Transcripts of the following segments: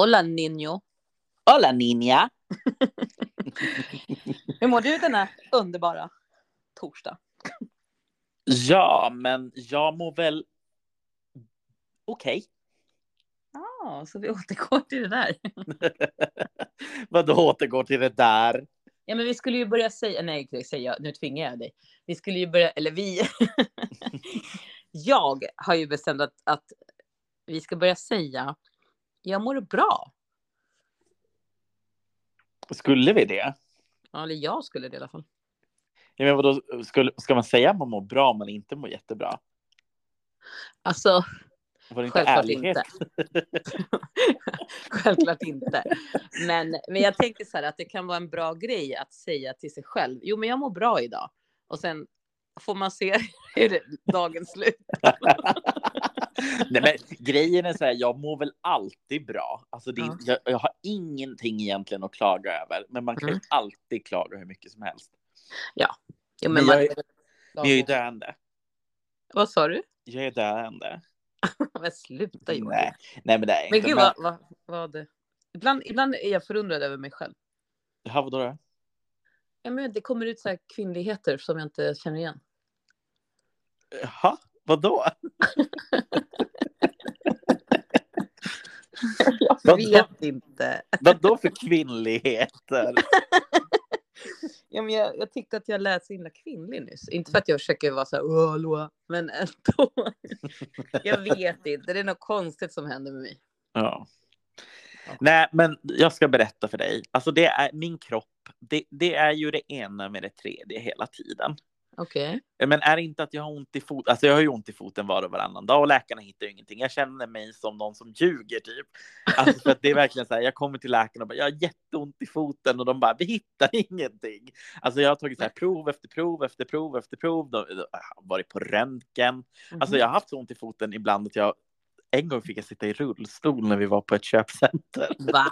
Hola niño. Hola niña. Hur mår du denna underbara torsdag? Ja, men jag mår väl okej. Så vi återgår till det där. Vadå återgår till det där? Ja, men vi skulle ju börja säga, nu tvingar jag dig. Vi skulle ju börja, jag har ju bestämt att vi ska börja säga, jag mår bra. Skulle vi det? Ja, eller jag skulle det i alla fall. Ja, men vadå, ska man säga att man mår bra men inte mår jättebra? Alltså, Var det inte självklart ärlighet? inte. Självklart inte. Men jag tänker så här att det kan vara en bra grej att säga till sig själv. Jo, men jag mår bra idag. Och sen får man se hur dagen slutar. Nej, men grejen är så här, jag mår väl alltid bra. Alltså jag har ingenting egentligen att klaga över. Men man kan ju alltid klaga hur mycket som helst. Ja. Jo, men jag är ju döende. Vad sa du? Jag är döende. Men sluta, Johan. Nej, men det är men inte. Gud, vad det... Ibland är jag förundrad över mig själv. Ja, vadå då? Ja, men det kommer ut så här kvinnligheter som jag inte känner igen. Jaha, vadå? Jag vet inte. Vadå för kvinnligheter? Ja, men jag tyckte att jag lät så himla kvinnlig nyss. Inte för att jag försöker vara så här, hallå, men ändå. Jag vet inte, det är något konstigt som händer med mig. Ja. Nej, men jag ska berätta för dig. Alltså det är min kropp. Det är ju det ena med det tredje hela tiden. Okej. Men är det inte att jag har ont i foten? Alltså jag har ju ont i foten var och varannan dag och läkarna hittar ju ingenting. Jag känner mig som någon som ljuger typ. Alltså för att det är verkligen så här, jag kommer till läkarna och bara, jag har jätteont i foten och de bara, vi hittar ingenting. Alltså jag har tagit så här prov efter prov efter prov efter prov. Jag har varit på röntgen. Alltså jag har haft så ont i foten ibland att en gång fick jag sitta i rullstol när vi var på ett köpcenter. Va?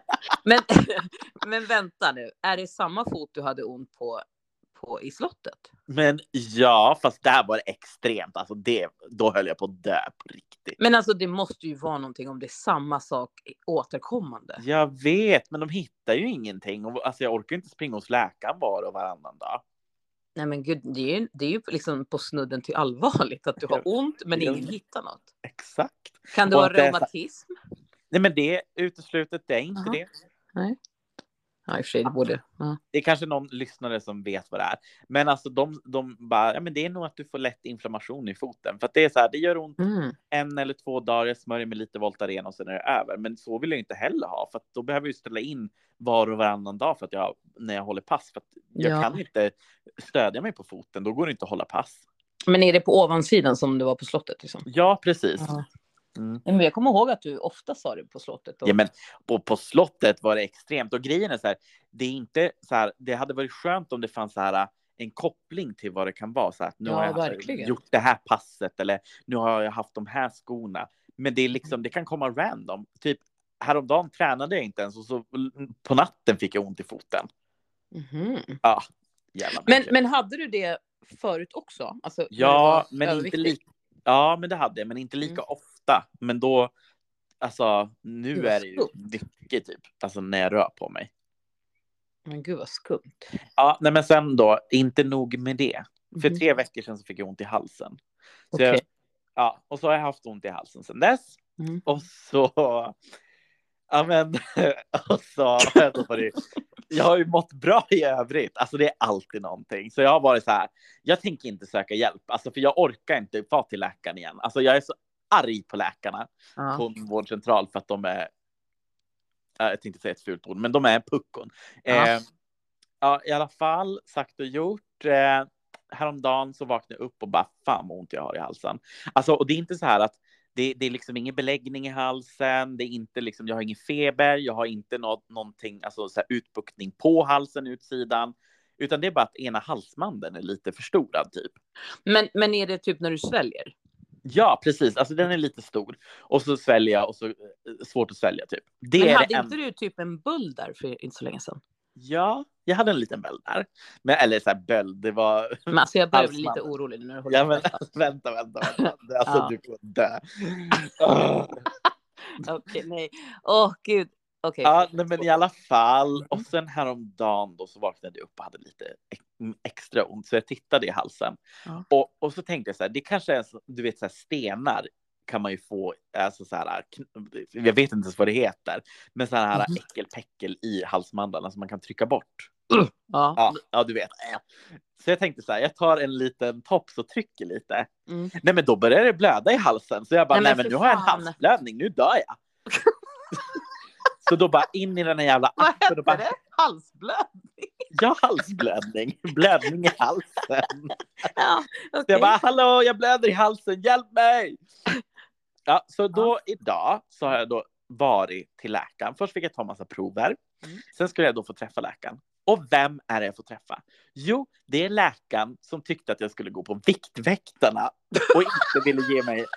Men vänta nu, är det samma fot du hade ont på i slottet? Men ja, fast där var det extremt. Alltså då höll jag på att dö på riktigt. Men alltså det måste ju vara någonting om det är samma sak återkommande. Jag vet, men de hittar ju ingenting. Och, alltså jag orkar inte springa hos läkaren var och varannan dag. Nej men gud, det är ju liksom på snudden till allvarligt att du har ont men ingen hittar något. Exakt. Kan det vara reumatism? Nej, men det uteslutet, det är inte det. Nej. Ja, i och för sig, det borde. Ja. Det är kanske någon lyssnare som vet vad det är. Men alltså de bara, ja men det är nog att du får lätt inflammation i foten. För att det är så här, det gör ont 1 eller 2 dagar, jag smörjer med lite Voltaren och sen är det över. Men så vill jag inte heller ha. För att då behöver jag ställa in var och varannan dag för att när jag håller pass. För att jag kan inte stödja mig på foten, då går det inte att hålla pass. Men är det på ovansidan som det var på slottet? Liksom? Ja, precis. Ja. Men jag kommer ihåg att du ofta sa det på slottet. Ja, men på slottet var det extremt. Och grejen är så här, det är inte så här, det hade varit skönt om det fanns så här en koppling till vad det kan vara. Så här, nu har jag gjort det här passet eller nu har jag haft de här skorna. Men det är liksom, det kan komma random. Typ häromdagen tränade jag inte ens och så på natten fick jag ont i foten. Ja, men hade du det förut också? Alltså, ja, men inte lika. Ja, men det hade jag, men inte lika ofta. Men då, alltså, nu är det ju mycket typ, alltså när jag rör på mig. Men gud vad skumt. Ja, nej men sen då, inte nog med det. För 3 veckor sedan så fick jag ont i halsen. Så och så har jag haft ont i halsen sedan dess. Och så, ja men, och så, jag har ju mått bra i övrigt. Alltså det är alltid någonting. Så jag har varit så här, jag tänker inte söka hjälp. Alltså för jag orkar inte få till läkaren igen. Alltså jag är så arg på läkarna på vårdcentral för att de är, jag tänkte säga ett fult ord, men de är puckon. Ja, i alla fall, sagt och gjort. Häromdagen så vaknade jag upp och bara, fan vad ont jag har i halsen. Alltså, och det är inte så här att det är liksom ingen beläggning i halsen. Det är inte liksom, jag har ingen feber. Jag har inte någonting, alltså så här utbuktning på halsen utsidan. Utan det är bara att ena halsmanden är lite förstorad typ. Men är det typ när du sväljer? Ja, precis. Alltså den är lite stor. Och så sväljer jag och så svårt att svälja typ. Men hade inte du typ en böld där för inte så länge sedan? Ja, jag hade en liten böld där. Men, eller så här böld, det var... Men alltså jag börjar bli lite orolig när du håller på. Vänta. Alltså du får dö. Okej, nej. Åh, gud. Okej. Ja, nej, men i alla fall. Och sen häromdagen då så vaknade jag upp och hade lite extra ont. Så jag tittade i halsen. Ja. Och så tänkte jag så här, det kanske är, du vet, så här, stenar kan man ju få, alltså så här, jag vet inte ens vad det heter, men så här äckelpäckel i halsmandlarna som man kan trycka bort. Ja, du vet. Så jag tänkte så här, jag tar en liten tops och trycker lite. Nej, men då börjar det blöda i halsen. Så jag bara, nej men nu har jag en halsblödning, nu dör jag. Så då bara in i den här jävla appen. Vad hette det? Halsblödning? Ja, halsblödning. Blödning i halsen. Ja, okay. Så jag bara, hallå, jag blöder i halsen, hjälp mig! Ja, så då idag så har jag då varit till läkaren. Först fick jag ta massa prover. Sen skulle jag då få träffa läkaren. Och vem är det jag får träffa? Jo, det är läkaren som tyckte att jag skulle gå på Viktväktarna och inte ville ge mig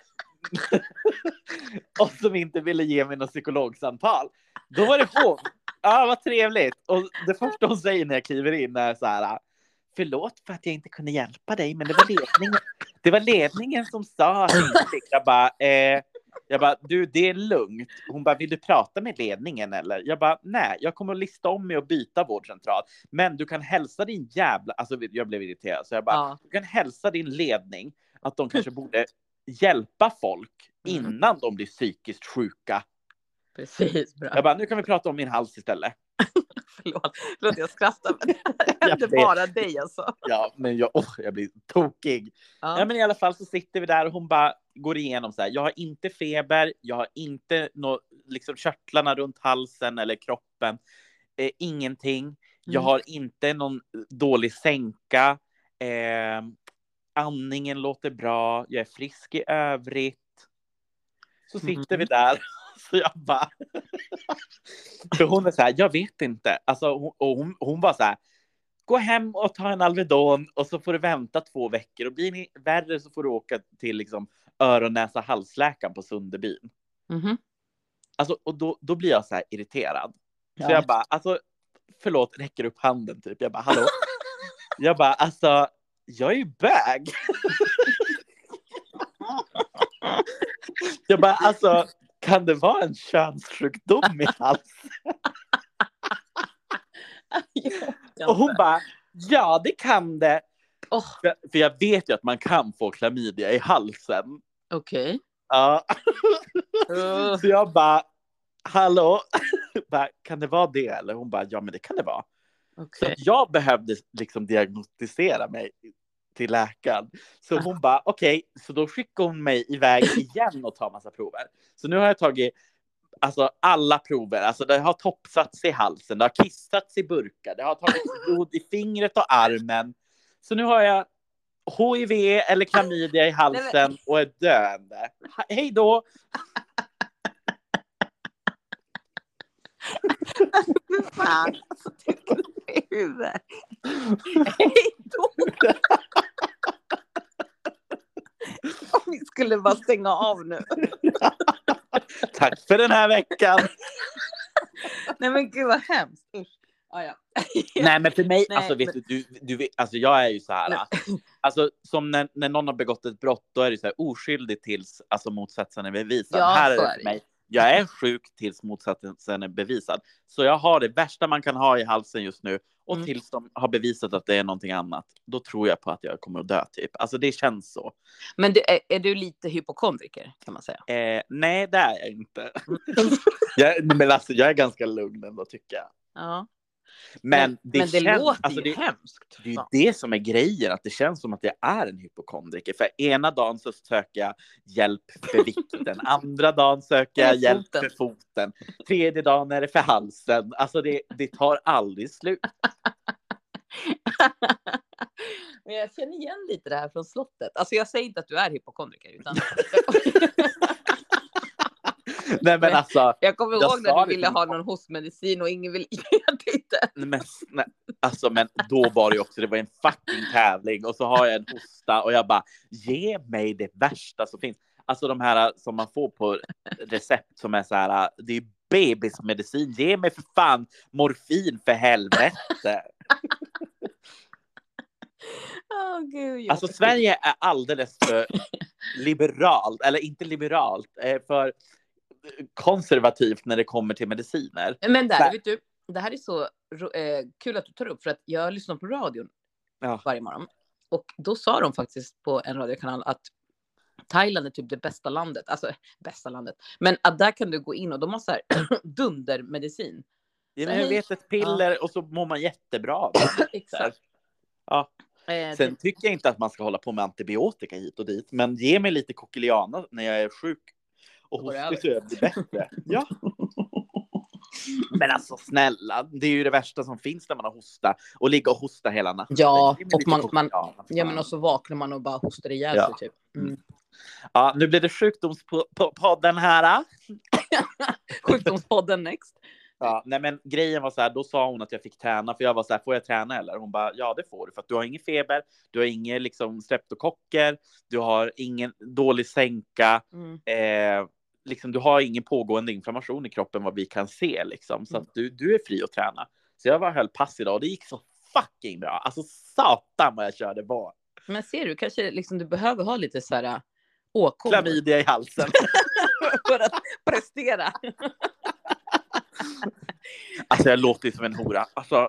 och som inte ville ge mig något psykologsamtal. Då var det hon. Ja, vad trevligt. Och det första hon säger när jag kliver in är så här: förlåt för att jag inte kunde hjälpa dig, men det var ledningen som sa att jag inte fick. Jag bara, du, det är lugnt. Hon bara, vill du prata med ledningen eller? Jag bara, nej, jag kommer att lista om mig och byta vårdcentral. Men du kan hälsa din jävla, alltså jag blev irriterad. Så jag bara, du kan hälsa din ledning att de kanske borde hjälpa folk innan de blir psykiskt sjuka. Precis, bra. Jag bara, nu kan vi prata om min hals istället. Förlåt, jag skrattar, men det är inte bara dig alltså. Ja, men jag blir tokig. Ja, men i alla fall så sitter vi där och hon bara går igenom så här. Jag har inte feber, jag har inte liksom körtlarna runt halsen eller kroppen. Ingenting. Jag har inte någon dålig sänka. Andningen låter bra. Jag är frisk i övrigt. Så sitter vi där. Så jag bara... För hon är så här, jag vet inte. Alltså, hon var så här, gå hem och ta en Alvedon och så får du vänta 2 veckor. Och blir ni värre så får du åka till liksom öron, näsa, halsläkaren på Sunderbyn. Alltså, och då blir jag så här irriterad. Så jag bara, alltså, förlåt, räcker upp handen typ. Jag bara, hallå? Jag bara, alltså, jag är ju bög. Jag bara, alltså, kan det vara en könssjukdom i halsen? Och hon bara, ja det kan det. För jag vet ju att man kan få klamydia i halsen. Okej. Ja. Så jag bara, hallå? Kan det vara det? Eller hon bara, ja men det kan det vara. Så att jag behövde liksom diagnostisera mig till läkaren. Så hon bara, okej. Så då skickade hon mig iväg igen och ta massa prover. Så nu har jag tagit alltså alla prover. Alltså det har toppsats i halsen, det har kissats i burkar, det har tagit blod i fingret och armen. Så nu har jag HIV eller klamydia i halsen och är döende. Hej då! Fan, alltså tycker du i huvudet. Hej då! Om vi skulle bara stänga av nu. Tack för den här veckan. Nej men gud vad hemskt. Ja. Nej men för mig, alltså vet du vet, alltså jag är ju så här. Alltså som när någon har begått ett brott, då är det så här oskyldig tills alltså motsatsen är bevisad. Ja, här är det för mig. Jag är sjuk tills motsatsen är bevisad. Så jag har det värsta man kan ha i halsen just nu. Och tills de har bevisat att det är någonting annat. Då tror jag på att jag kommer att dö typ. Alltså det känns så. Men är du lite hypokondriker kan man säga? Nej det är jag inte. Men alltså jag är ganska lugn ändå tycker jag. Ja. Men det känns, låter alltså ju hemskt. Det är ju det som är grejen, att det känns som att jag är en hypokondriker. För ena dagen så söker jag hjälp för vikten, andra dagen söker jag hjälp för foten, tredje dagen är det för halsen. Alltså det tar aldrig slut. Men jag känner igen lite det här från slottet. Alltså jag säger inte att du är hypokondriker utan... Nej, men alltså, jag kommer ihåg när du ville ha någon hostmedicin och ingen ville ge dig det. Men då var det också, det var en fucking tävling och så har jag en hosta och jag bara, ge mig det värsta som finns. Alltså de här som man får på recept som är så här, det är bebismedicin, ge mig för fan morfin för helvete. Gud, alltså Sverige är alldeles för liberalt, eller inte liberalt, för konservativt när det kommer till mediciner. Men där, vet du, det här är så kul att du tar upp, för att jag lyssnar på radion varje morgon. Och då sa de faktiskt på en radiokanal att Thailand är typ det bästa landet. Alltså bästa landet. Men att där kan du gå in och de har så här dundermedicin. Ja, men jag vet ett piller och så mår man jättebra. Exakt. Ja. Sen tycker jag inte att man ska hålla på med antibiotika hit och dit. Men ge mig lite kokiliana när jag är sjuk. Och hostig så jag blir bättre. Ja. Men alltså snälla, det är ju det värsta som finns när man har hosta. Och ligga och hosta hela natten. Ja, och men och så vaknar man och bara hostar ihjäl sig typ. Ja, nu blir det sjukdomspodden här. Sjukdomspodden next. Ja, nej men grejen var så här, då sa hon att jag fick träna, för jag var så här, får jag träna eller? Hon bara, ja det får du, för att du har ingen feber, du har ingen liksom streptokocker, du har ingen dålig sänka, liksom du har ingen pågående inflammation i kroppen vad vi kan se liksom, så att du är fri att träna. Så jag höll pass idag och det gick så fucking bra, alltså satan vad jag körde på. Men ser du, kanske liksom du behöver ha lite så här åkommor. Klamydia i halsen. För att prestera. Alltså jag låter som en hora. Alltså.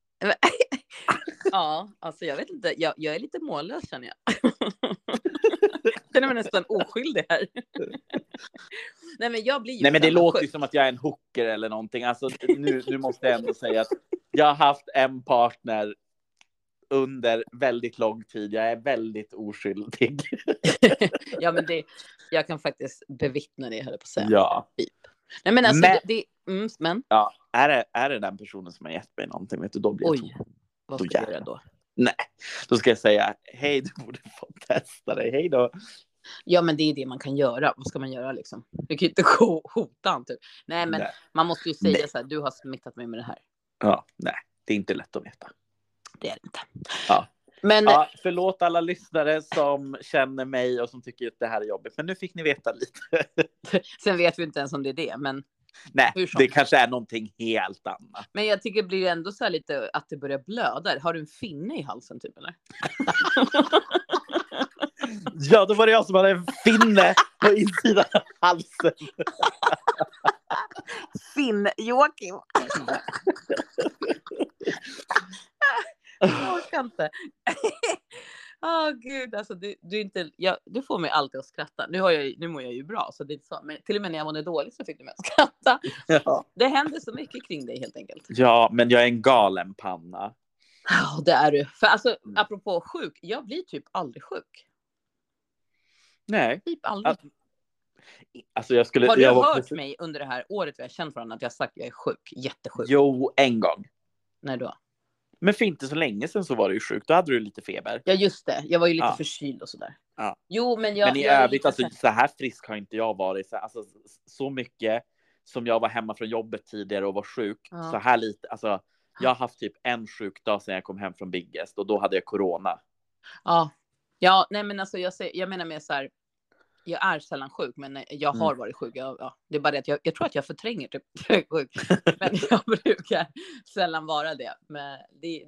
Ja, alltså jag vet inte. Jag är lite mållös känner jag. Jag är nästan oskyldig här. Nej men jag blir ju. Nej men det låter ju som att jag är en hooker eller någonting. Alltså nu måste jag ändå säga att jag har haft en partner under väldigt lång tid. Jag är väldigt oskyldig. Ja men jag kan faktiskt bevittna det, höll jag på att säga. Ja. Nej men alltså men. Ja, är det den personen som har gett mig någonting, vet du, då blir jag oj, vad ska jag göra då? Nej, då ska jag säga hej, du borde få testa dig, hej då. Ja men det är det man kan göra, vad ska man göra liksom? Du kan ju inte hota han typ. Nej men man måste ju säga så här, du har smittat mig med det här. Ja, nej, det är inte lätt att veta. Det är det inte. Ja. Men förlåt alla lyssnare som känner mig och som tycker att det här är jobbigt. Men nu fick ni veta lite. Sen vet vi inte ens om det är det. Men nej, det kanske är någonting helt annat. Men jag tycker det blir ändå så här lite att det börjar blöda. Har du en finne i halsen typ eller? Ja, då var det jag som hade en finne på insidan av halsen. Finn-Joakim. Jag orkar inte. Gud, alltså du inte, du får mig alltid att skratta. Nu mår jag ju bra, så det är så. Men till och med när jag mådde dåligt så fick du mig att skratta. Ja. Det händer så mycket kring dig helt enkelt. Ja, men jag är en galen panna. Ja, det är du. För alltså, apropå sjuk, jag blir typ aldrig sjuk. Nej. Typ aldrig. Alltså har du hört mig under det här året vi har känt varandra att jag sagt att jag är sjuk, jättesjuk? Jo, en gång. När då? Men för inte så länge sedan så var du ju sjuk. Då hade du lite feber. Ja, just det. Jag var ju lite förkyld och sådär. Ja. Jo, men men i övrigt, alltså, så här frisk har inte jag varit. Alltså, så mycket som jag var hemma från jobbet tidigare och var sjuk. Så här lite. Alltså, jag har haft typ en sjukdag sedan jag kom hem från Biggest. Och då hade jag corona. Ja, nej men alltså jag menar med så här. Jag är sällan sjuk, men jag har varit sjuk. Det är bara det att jag tror att jag förtränger typ sjuk. Men jag brukar sällan vara det. Men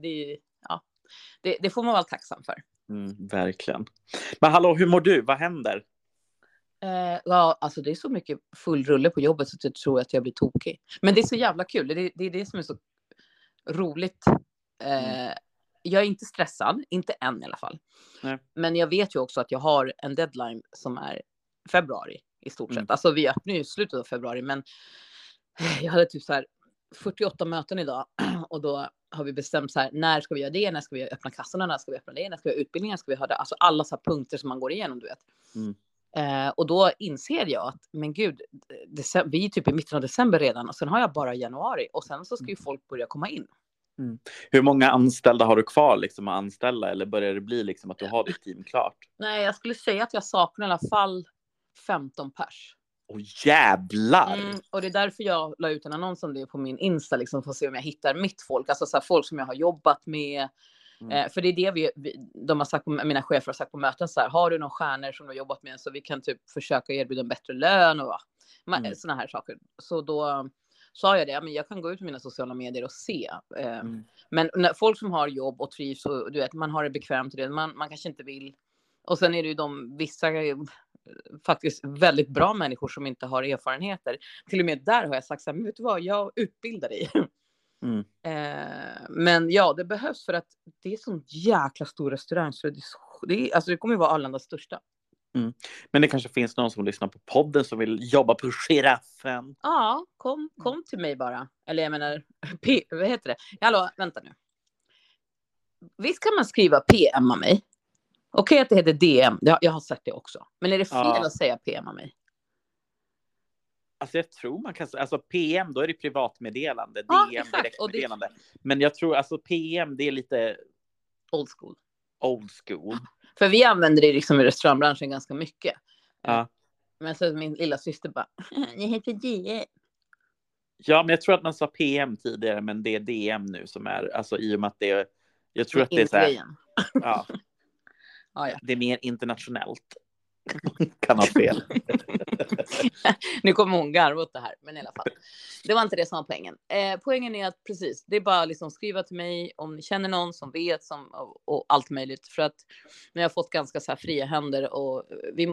det får man vara tacksam för. Verkligen. Men hallå, hur mår du? Vad händer? Ja, alltså det är så mycket full rulle på jobbet så att jag tror att jag blir tokig. Men det är så jävla kul. Det är det som är så roligt. Jag är inte stressad, inte än i alla fall. Nej. Men jag vet ju också att jag har en deadline som är februari i stort sett. Alltså vi öppnar ju slutet av februari, men jag hade typ så här 48 möten idag och då har vi bestämt så här, när ska vi göra det, när ska vi öppna kassorna, när ska vi öppna det, när ska vi ha utbildningar, ska vi ha det, alltså alla så här punkter som man går igenom, du vet. Och då inser jag att, men gud, vi är typ i mitten av december redan och sen har jag bara januari och sen så ska ju folk börja komma in. Hur många anställda har du kvar liksom att anställa, eller börjar det bli liksom att du har ditt team klart? Nej, jag skulle säga att jag saknar i alla fall 15 pers. Jävlar! Och det är därför jag la ut en annons om det på min Insta liksom, för att se om jag hittar mitt folk, alltså så här, folk som jag har jobbat med. För det är det de har sagt, mina chefer har sagt på möten så här, har du någon stjärnor som du har jobbat med så vi kan typ försöka erbjuda en bättre lön och såna här saker. Så då sa jag det, men jag kan gå ut på mina sociala medier och se. Men när folk som har jobb och trivs och du vet, man har det bekvämt, man kanske inte vill. Och sen är det ju vissa faktiskt väldigt bra människor som inte har erfarenheter. Till och med där har jag sagt så här, men vet du vad, jag utbildar dig. Men ja, det behövs för att det är sån jäkla stor restaurang, så det kommer ju vara Arlandas största. Men det kanske finns någon som lyssnar på podden som vill jobba på Giraffen. Ja, kom till mig bara. Eller jag menar, vad heter det? Hallå, vänta nu. Visst kan man skriva PM av mig? Okej att det heter DM, jag har sagt det också. Men är det fel att säga PM av mig? Alltså jag tror man kan säga, alltså PM då är det privatmeddelande, DM direktmeddelande. Men jag tror alltså PM det är lite old school. För vi använder det liksom i restaurangbranschen ganska mycket. Ja. Men så min lilla syster bara, ni heter DM. Ja, men jag tror att man sa PM tidigare, men det är DM nu som är, alltså i och med att det är, jag tror att det är så här, ja. Det är mer internationellt. Kan ha fel. Nu kommer hon garva åt det här, men i alla fall. Det var inte det som var poängen. Poängen är att precis, det är bara liksom skriva till mig om ni känner någon som vet och allt möjligt. För att när jag har fått ganska så här fria händer och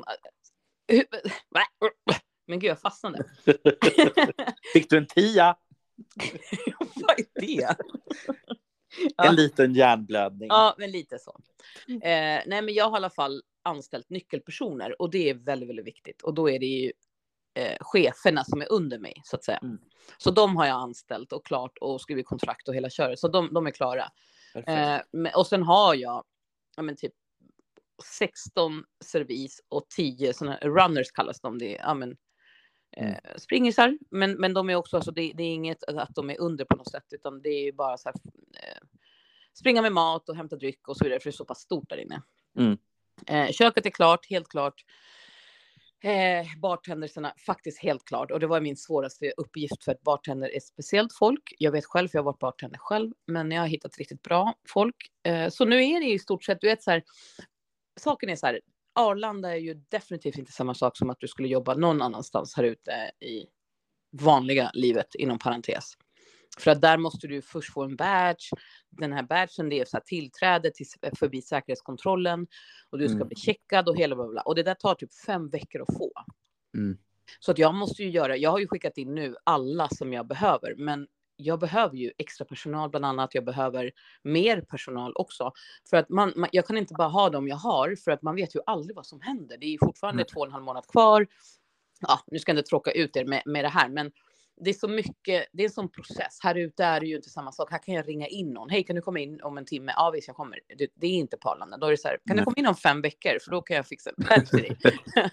men gud, jag fastnade. Fick du en 10? Vad är det? En liten hjärnblödning. Ja, men lite så. Nej, men jag har i alla fall anställt nyckelpersoner och det är väldigt, väldigt viktigt. Och då är det ju cheferna som är under mig, så att säga. Så de har jag anställt och klart och skrivit kontrakt och hela köret. Så de är klara. Och sen har jag typ 16 servis och 10 sådana runners kallas de. Det springisar, men de är också, alltså det är inget att de är under på något sätt, utan det är bara så här, springa med mat och hämta dryck och så vidare, för det är så pass stort där inne. Köket är klart, helt klart. Bartendersarna faktiskt helt klart, och det var min svåraste uppgift, för att bartender är speciellt folk. Jag vet själv, för jag har varit bartender själv, men jag har hittat riktigt bra folk. Så nu är det i stort sett, du vet så här, saken är så här, Arlanda är ju definitivt inte samma sak som att du skulle jobba någon annanstans här ute i vanliga livet, inom parentes. För att där måste du först få en badge. Den här badgen, det är så här tillträde förbi säkerhetskontrollen. Och du ska bli checkad och hela bla. Och det där tar typ 5 veckor att få. Så att jag måste ju jag har ju skickat in nu alla som jag behöver. Men jag behöver ju extra personal bland annat. Jag behöver mer personal också. För att jag kan inte bara ha dem jag har. För att man vet ju aldrig vad som händer. Det är ju fortfarande 2,5 månad kvar. Ja, nu ska jag inte tråka ut er med det här. Men det är så mycket, det är en sån process. Här ute är det ju inte samma sak. Här kan jag ringa in någon. Hej, kan du komma in om en timme? Ja, visst jag kommer. Det är inte på Arlanda. Då är det så här, kan du komma in om 5 veckor? För då kan jag fixa en badge till dig.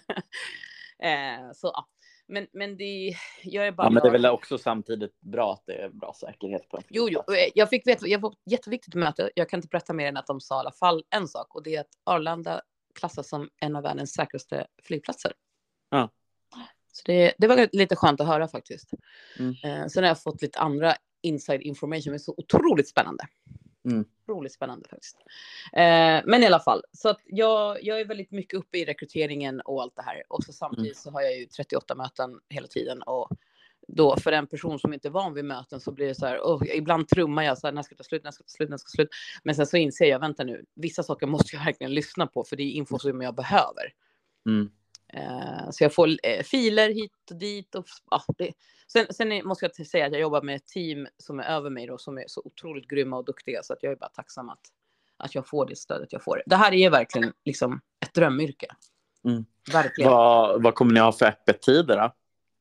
Så ja. Men jag är bara... Ja, men det är väl också samtidigt bra att det är bra säkerhet på en flygplats. Jo, jag fick veta, jag var jätteviktigt möte. Jag kan inte berätta mer än att de sa i alla fall en sak. Och det är att Arlanda klassas som en av världens säkraste flygplatser. Ja. Så det var lite skönt att höra faktiskt. Sen har jag fått lite andra inside information. Det är så otroligt spännande. Otroligt spännande faktiskt. Men i alla fall. Så att jag är väldigt mycket uppe i rekryteringen och allt det här. Och så samtidigt så har jag ju 38 möten hela tiden. Och då för en person som inte är van vid möten så blir det så här. Ibland trummar jag så här, när ska det ta slut. Men sen så inser jag, vänta nu. Vissa saker måste jag verkligen lyssna på. För det är info som jag behöver. Så jag får filer hit och dit. Och, sen måste jag säga att jag jobbar med ett team som är över mig då, som är så otroligt grymma och duktiga. Så att jag är bara tacksam att jag får det stödet jag får. Det här är verkligen liksom ett drömyrke. Verkligen. Vad kommer ni ha för öppettider då?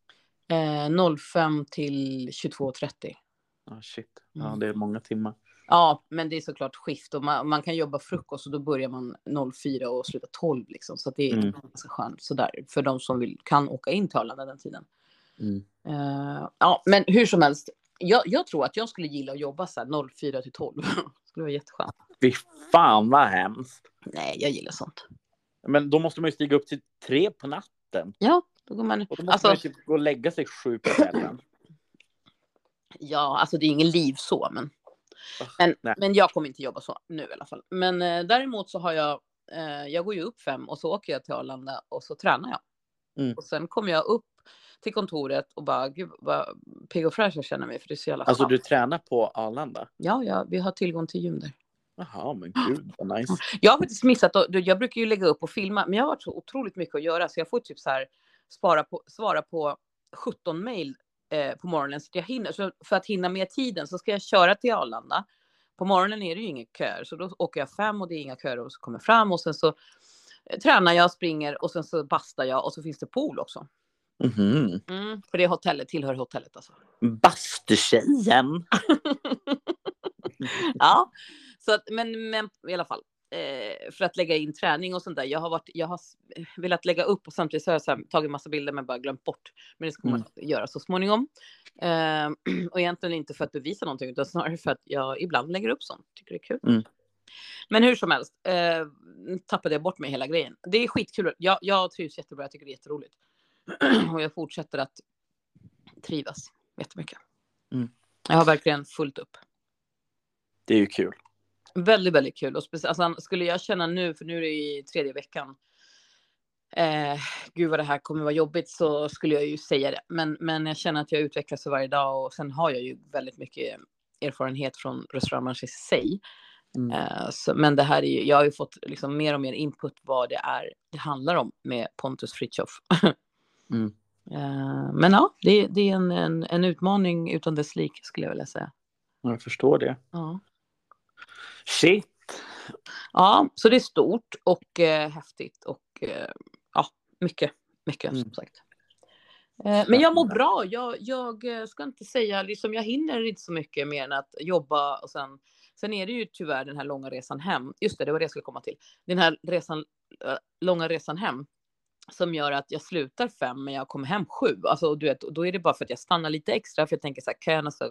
05 till 22:30. Shit. Ja, det är många timmar. Ja, men det är såklart skift och man kan jobba frukost och då börjar man 04 och slutar 12 liksom. Så att det är ganska skönt sådär för de som kan åka in till Arlanda den tiden. Ja, men hur som helst. Jag tror att jag skulle gilla att jobba så här 04 till 12. Det skulle vara jätteskönt. Fy fan vad hemskt. Nej, jag gillar sånt. Men då måste man ju stiga upp till 3 på natten. Ja, då går man... Och då måste man ju typ gå och lägga sig 7 på kvällen. Ja, alltså det är ingen liv så, men jag kommer inte jobba så nu i alla fall. Men däremot så har jag går ju upp 5 och så åker jag till Arlanda och så tränar jag. Och sen kommer jag upp till kontoret och bara, gud vad pigg och fräsch jag känner mig, för det är så jävla Alltså du tränar på Arlanda? Ja, vi har tillgång till gym där. Jaha, men gud vad nice. Jag har faktiskt missat, jag brukar ju lägga upp och filma, men jag har varit så otroligt mycket att göra så jag får typ så här svara på 17 mejl på morgonen så att jag hinner. Så för att hinna med tiden så ska jag köra till Arlanda. På morgonen är det ju ingen köer så då åker jag 5 och det är inga köer och så kommer fram och sen så tränar jag, springer och sen så bastar jag och så finns det pool också. För det hotellet tillhör hotellet alltså. Bastutjejen. Ja, så att, men i alla fall för att lägga in träning och sånt där. Jag har velat lägga upp och samtidigt så har jag så här, tagit massa bilder men bara glömt bort. Men det ska man göra så småningom. Och egentligen inte för att bevisa någonting utan snarare för att jag ibland lägger upp sånt. Tycker det är kul. Men hur som helst tappade jag bort mig hela grejen. Det är skitkul. Jag trivs jättebra. Jag tycker det är jätteroligt. Och jag fortsätter att trivas jättemycket. Jag har verkligen fullt upp. Det är ju kul. Väldigt, väldigt kul. Och alltså, skulle jag känna nu, för nu är det i 3:e veckan. Gud vad det här kommer vara jobbigt så skulle jag ju säga det. Men jag känner att jag utvecklas för varje dag. Och sen har jag ju väldigt mycket erfarenhet från restaurangbranschen i sig. Men det här är ju, jag har ju fått liksom mer och mer input vad det handlar om med Pontus Fritschoff. Men ja, det är en utmaning utan dess like skulle jag vilja säga. Jag förstår det. Ja. Shit. Ja, så det är stort och häftigt och ja, mycket som sagt. Men jag mår bra. Jag ska inte säga, liksom, jag hinner inte så mycket mer än att jobba och sen är det ju tyvärr den här långa resan hem. Just det var det jag skulle komma till. Den här långa resan hem som gör att jag slutar 5 men jag kommer hem 7. Alltså du vet, då är det bara för att jag stannar lite extra för jag tänker så här köerna så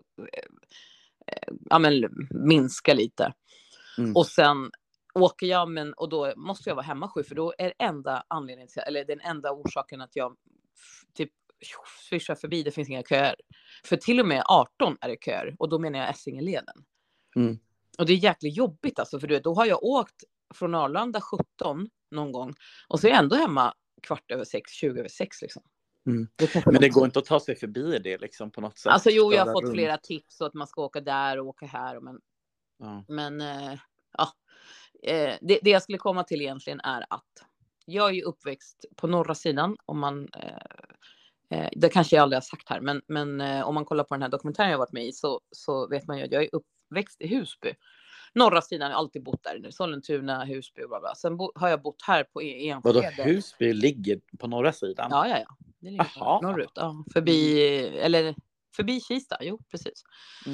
minska lite. Och sen åker jag och då måste jag vara hemma 7 för då är enda anledningen till, eller den enda orsaken att jag typ svischar förbi, det finns inga köer. För till och med 18 är det köer och då menar jag Essingeleden. Och det är jäkligt jobbigt alltså för du vet, då har jag åkt från Arlanda 17 någon gång och så är jag ändå hemma 6:15, 20:06 liksom. Men det går inte att ta sig förbi det liksom på något sätt. Alltså jo, jag har fått flera tips så att man ska åka där och åka här. Det jag skulle komma till egentligen är att jag är ju uppväxt på norra sidan. Om man, det kanske jag aldrig har sagt här, men om man kollar på den här dokumentären jag varit med i så vet man ju att jag är uppväxt i Husby. Norra sidan har alltid bott där. Sollentuna, Husby och bla bla. Sen har jag bott här på Enskede. Vadå, Husby ligger på norra sidan? Ja. Det ligger norrut. Ja, förbi Kista. Jo, precis.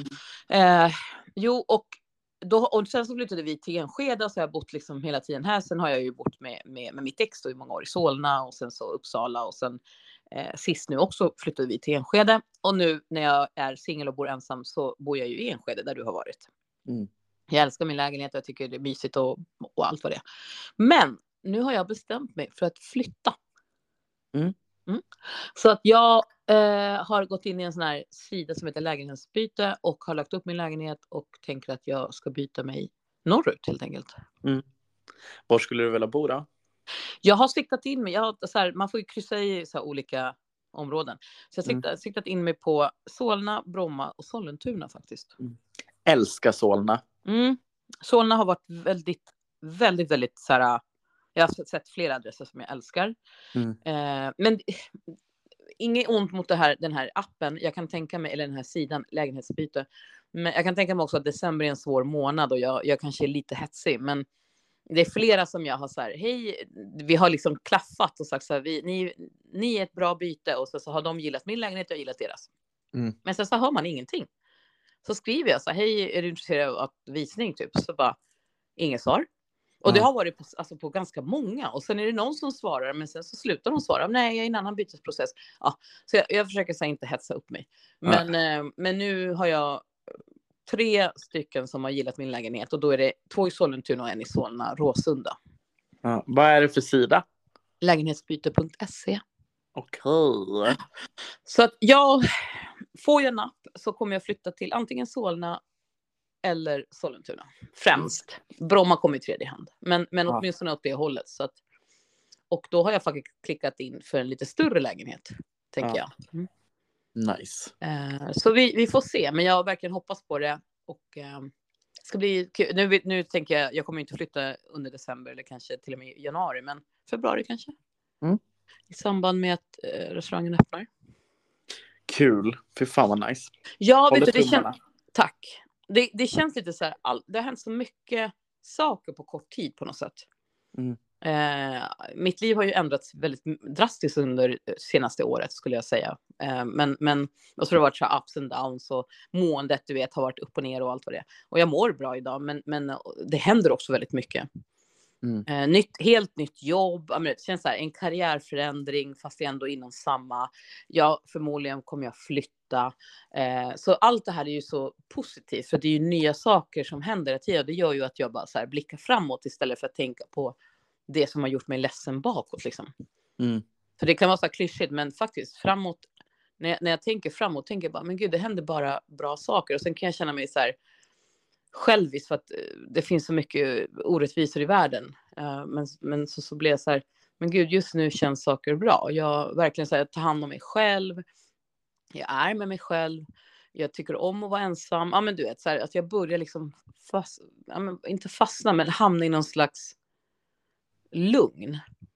Och sen så flyttade vi till Enskede så jag har bott liksom hela tiden här. Sen har jag ju bott med mitt ex då i många år i Solna och sen så Uppsala och sen sist nu också flyttade vi till Enskede. Och nu när jag är singel och bor ensam så bor jag ju i Enskede där du har varit. Jag älskar min lägenhet och jag tycker det är mysigt och allt vad det är. Men nu har jag bestämt mig för att flytta. Så att jag har gått in i en sån här sida som heter lägenhetsbyte och har lagt upp min lägenhet och tänker att jag ska byta mig norrut helt enkelt. Var skulle du vilja bo då? Jag har siktat in mig. Man får ju kryssa i så här olika områden. Så jag har siktat in mig på Solna, Bromma och Sollentuna faktiskt. Älskar Solna. Solna har varit väldigt, väldigt, väldigt så här. Jag har sett flera adresser som jag älskar. Men inget ont mot den här appen. Jag kan tänka mig, eller den här sidan, lägenhetsbyte. Men jag kan tänka mig också att december är en svår månad och jag kanske är lite hetsig. Men det är flera som jag har så här, hej, vi har liksom klaffat och sagt så här, ni är ett bra byte. Och så har de gillat min lägenhet och jag gillat deras. Men sen så hör man ingenting. Så skriver jag så här, hej, är du intresserad av visning typ? Så bara, inget svar. Och det har varit på ganska många. Och sen är det någon som svarar. Men sen så slutar de svara. Nej, jag är i en annan bytesprocess. Ja, så jag försöker så inte hetsa upp mig. Men nu har jag 3 stycken som har gillat min lägenhet. Och då är det 2 i Sollentuna och 1 i Solna, Råsunda. Vad är det för sida? Lägenhetsbyte.se. Okej. Så att får jag napp så kommer jag flytta till antingen Solna eller Sollentuna. Främst. Bromma kommer i tredje hand. Men åtminstone åt det hållet. Så att, och då har jag faktiskt klickat in för en lite större lägenhet. Tänker jag. Nice. Så vi får se. Men jag verkligen hoppas på det. Och ska bli kul. Nu tänker jag kommer inte flytta under december eller kanske till och med januari, men februari kanske. I samband med att restaurangen öppnar. Kul, för fan vad nice. Ja, vet du, tack. Det känns lite så här, det har hänt så mycket saker på kort tid på något sätt. Mitt liv har ju ändrats väldigt drastiskt under senaste året skulle jag säga. Men och så har det varit så här ups and downs och måendet, du vet, har varit upp och ner och allt vad det är. Och jag mår bra idag, men det händer också väldigt mycket. Helt nytt jobb, det känns så här, en karriärförändring fast det är ändå inom samma. Förmodligen kommer jag flytta. Så allt det här är ju så positivt, för det är ju nya saker som händer i tiden. Det gör ju att jag bara så här blickar framåt istället för att tänka på det som har gjort mig ledsen bakåt liksom. För det kan vara så här klyschigt, men faktiskt framåt, när jag tänker framåt, tänker jag bara, men gud, det händer bara bra saker. Och sen kan jag känna mig så här självisk för att det finns så mycket orättvisor i världen. Men så blir jag så här, men gud, just nu känns saker bra. Jag verkligen så här, tar hand om mig själv. Jag är med mig själv. Jag tycker om att vara ensam. Ja, men du vet, så här, att jag börjar liksom inte fastna, men hamna i någon slags lugn.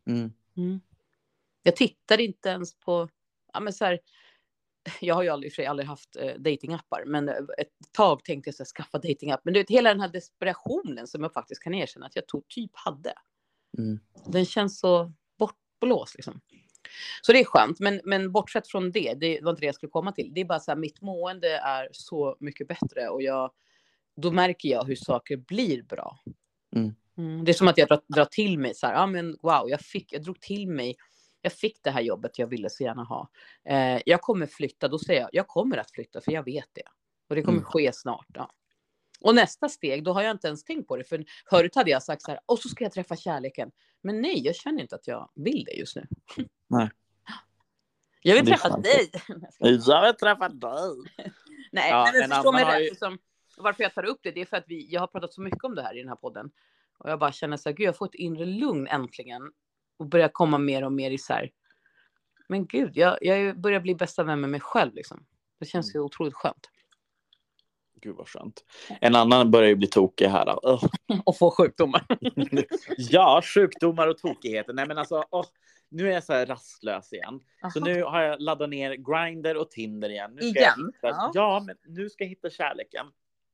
Jag tittar inte ens på, så här, jag har ju aldrig haft datingappar, men ett tag tänkte jag så här, skaffa datingapp. Men du vet, hela den här desperationen som jag faktiskt kan erkänna att jag typ hade. Den känns så bortblåst liksom. Så det är skönt, men bortsett från det var inte det jag skulle komma till. Det är bara så här, mitt mående är så mycket bättre och då märker jag hur saker blir bra. Det är som att jag drar till mig så här, men wow, jag drog till mig. Jag fick det här jobbet jag ville så gärna ha. Jag kommer flytta, då säger jag kommer att flytta för jag vet det. Och det kommer ske snart. Ja. Och nästa steg, då har jag inte ens tänkt på det. För förut hade jag sagt så här, och så ska jag träffa kärleken. Men nej, jag känner inte att jag vill det just nu. Nej. Jag vill träffa dig. Jag vill träffa dig. Nej, men förstå mig rätt. Varför jag tar upp det är för att jag har pratat så mycket om det här i den här podden. Och jag bara känner så här, gud, jag får ett inre lugn äntligen. Och börjar komma mer och mer isär. Men gud, jag börjar bli bästa vän med mig själv liksom. Det känns ju otroligt skönt. Gud vad skönt. En annan börjar ju bli tokig här då. Och få sjukdomar. Ja, sjukdomar och tokigheter. Nej men alltså, nu är jag så här rastlös igen. Aha. Så nu har jag laddat ner Grindr och Tinder igen. Nu ska jag hitta, men nu ska jag hitta kärleken.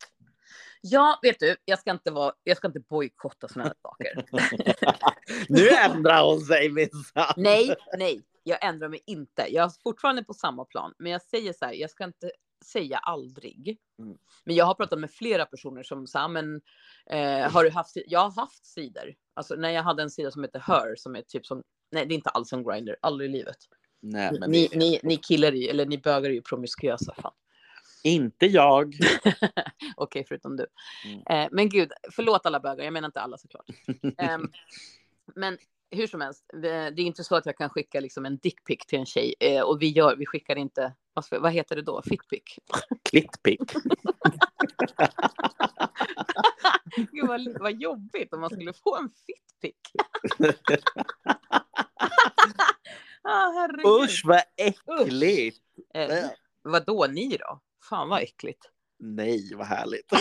Ja, vet du, jag ska inte bojkotta såna här saker. Nu ändrar hon sig minsann. Nej, jag ändrar mig inte. Jag är fortfarande på samma plan. Men jag säger så här, jag ska inte säga aldrig. Men jag har pratat med flera personer som sa, men jag har haft sidor. Alltså när jag hade en sida som heter Her, som är typ som, nej det är inte alls en Grindr, aldrig i livet. Nej, men ni killar eller ni bögar är ju promiskuösa fan. Inte jag. Okej, förutom du. Men gud, förlåt alla bögar. Jag menar inte alla såklart. Men hur som helst, det är inte så att jag kan skicka liksom en dickpic till en tjej. Och vi skickar inte, vad heter det då? Fitpic. Klittpic. Gud vad jobbigt om man skulle få en fitpic. Usch, vad äckligt. Vadå ni då? Fan vad äckligt. Nej, vad härligt.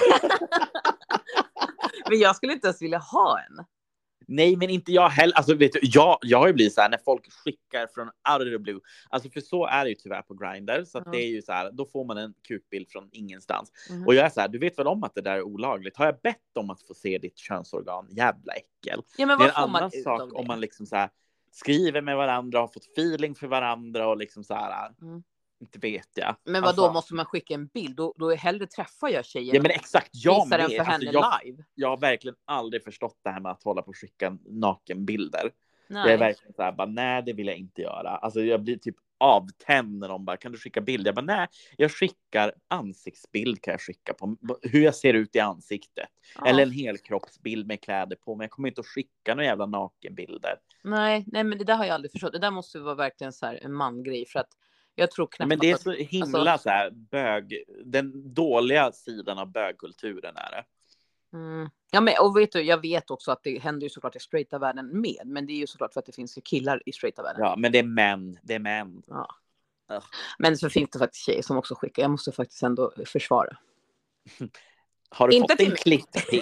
Men jag skulle inte ens vilja ha en. Nej, men inte jag heller. Alltså vet du, jag har ju blivit så här när folk skickar från out of the blue. Alltså för så är det ju tyvärr på Grindr. Så att det är ju så här, då får man en kukbild från ingenstans. Och jag är så här, du vet väl om att det där är olagligt. Har jag bett om att få se ditt könsorgan? Jävla äckel. Ja, men det är en annan sak om man liksom så här skriver med varandra, har fått feeling för varandra och liksom så här. Inte vet jag. Men vad då måste man skicka en bild? Då är hellre träffar jag tjejen. Ja men exakt, jag med. För henne live. Jag har verkligen aldrig förstått det här med att hålla på och skicka nakenbilder. Nej. Jag är verkligen så här, bara, nej det vill jag inte göra. Alltså jag blir typ avtänd när de bara, kan du skicka bild? Jag bara, nej, jag skickar ansiktsbild kan jag skicka på hur jag ser ut i ansiktet. Eller en helkroppsbild med kläder på. Men jag kommer inte att skicka några jävla nakenbilder. Nej, men det där har jag aldrig förstått. Det där måste vara verkligen så här en mangrej för att jag tror knappt. Men det är så himla så här den dåliga sidan av bögkulturen är det. Ja, men och vet du, jag vet också att det händer ju såklart i straighta världen med, men det är ju såklart för att det finns ju killar i straighta världen. Ja, men det är män. Ja. Men så finns det faktiskt tjejer som också skickar. Jag måste faktiskt ändå försvara. Har du Inte fått en klipppick?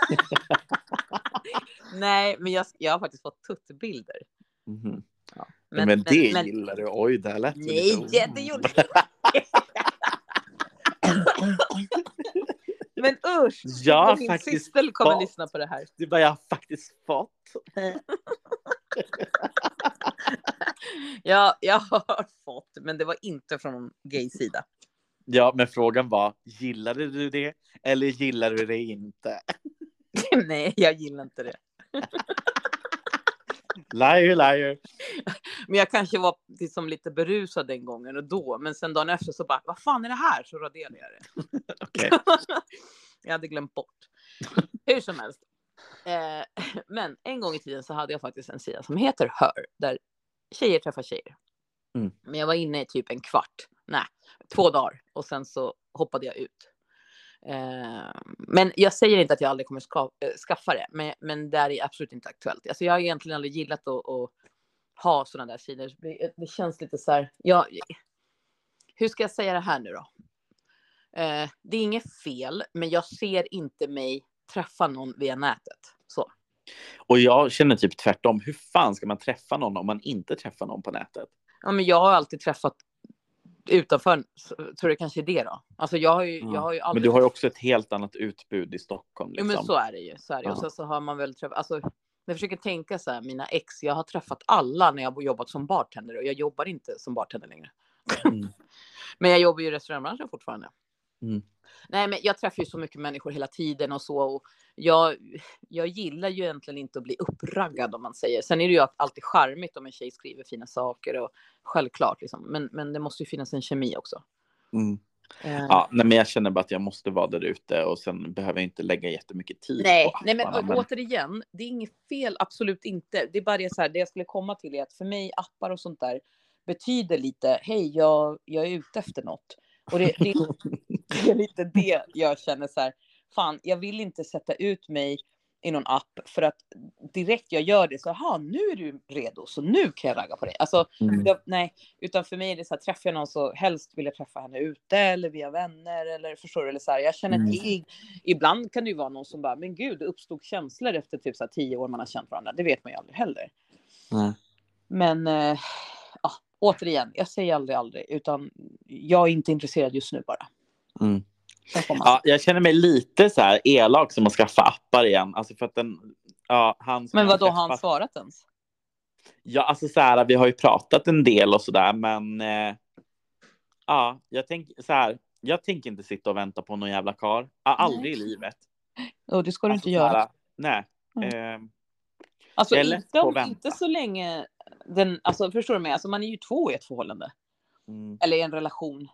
Nej, men jag har faktiskt fått tuttbilder. Mm-hmm. Ja. Men det gillar du. Oj, det lät nej, lite... det gjorde Men usch, min syster kommer lyssna på det här. Det bara, jag har faktiskt fått. Ja, jag har fått, men det var inte från någon gay-sida. Ja, men frågan var, gillade du det eller gillade du det inte? Nej, jag gillar inte det. Liar. Men jag kanske var liksom lite berusad den gången och då. Men sen dagen efter så bara, vad fan är det här? Så raderade jag det. Okay. Jag hade glömt bort. Hur som helst. Men en gång i tiden så hade jag faktiskt en sida som heter Her. Där tjejer träffar tjejer. Mm. Men jag var inne i typ 2 dagar. Och sen så hoppade jag ut. Men jag säger inte att jag aldrig kommer skaffa det. Men det är absolut inte aktuellt. Alltså jag har egentligen aldrig gillat att ha sådana där sidor. Det känns lite så här. Hur ska jag säga det här nu då? Det är inget fel. Men jag ser inte mig träffa någon via nätet. Så. Och jag känner typ tvärtom. Hur fan ska man träffa någon om man inte träffar någon på nätet? Ja, men jag har alltid träffat utanför, så det kanske är det då. Alltså jag har ju aldrig... Men du har ju också ett helt annat utbud i Stockholm. Liksom. Ja, men så är det ju. Och sen så har man väl träffat... Alltså, jag försöker tänka så här, mina ex, jag har träffat alla när jag har jobbat som bartender. Och jag jobbar inte som bartender längre. Mm. Men jag jobbar ju i restaurangbranschen fortfarande. Mm. Nej, men jag träffar ju så mycket människor hela tiden och så. Och jag gillar ju egentligen inte att bli uppraggad, om man säger. Sen är det ju alltid charmigt om en tjej skriver fina saker. Och självklart liksom. Men det måste ju finnas en kemi också. Mm. Ja, nej, men jag känner bara att jag måste vara där ute. Och sen behöver jag inte lägga jättemycket tid på apparna. Nej, men återigen, det är inget fel, absolut inte. Det är bara det så här, det jag skulle komma till är att för mig appar och sånt där betyder lite, hej, jag är ute efter något. Och det är lite det jag känner så här, fan, jag vill inte sätta ut mig i någon app för att direkt jag gör det så, nu är du redo, så nu kan jag ragga på dig. Alltså, nej, utan för mig är det så här, träffar jag någon så helst vill jag träffa henne ute eller via vänner eller förstår du, eller så här, jag känner till, ibland kan det ju vara någon som bara, men gud, det uppstod känslor efter typ så här 10 år man har känt varandra, det vet man ju aldrig heller. Men återigen, jag säger aldrig, utan jag är inte intresserad just nu bara. Ja, jag känner mig lite så här elak som att skaffa appar igen. Alltså för att han... Men vad då har han svarat ens? Ja, alltså så här, vi har ju pratat en del och sådär, men jag tänker inte sitta och vänta på någon jävla kar. Aldrig i livet. Och det ska du inte göra. Nej. Alltså inte så länge alltså förstår du mig? Alltså man är ju 2 i ett förhållande. Eller i en relation.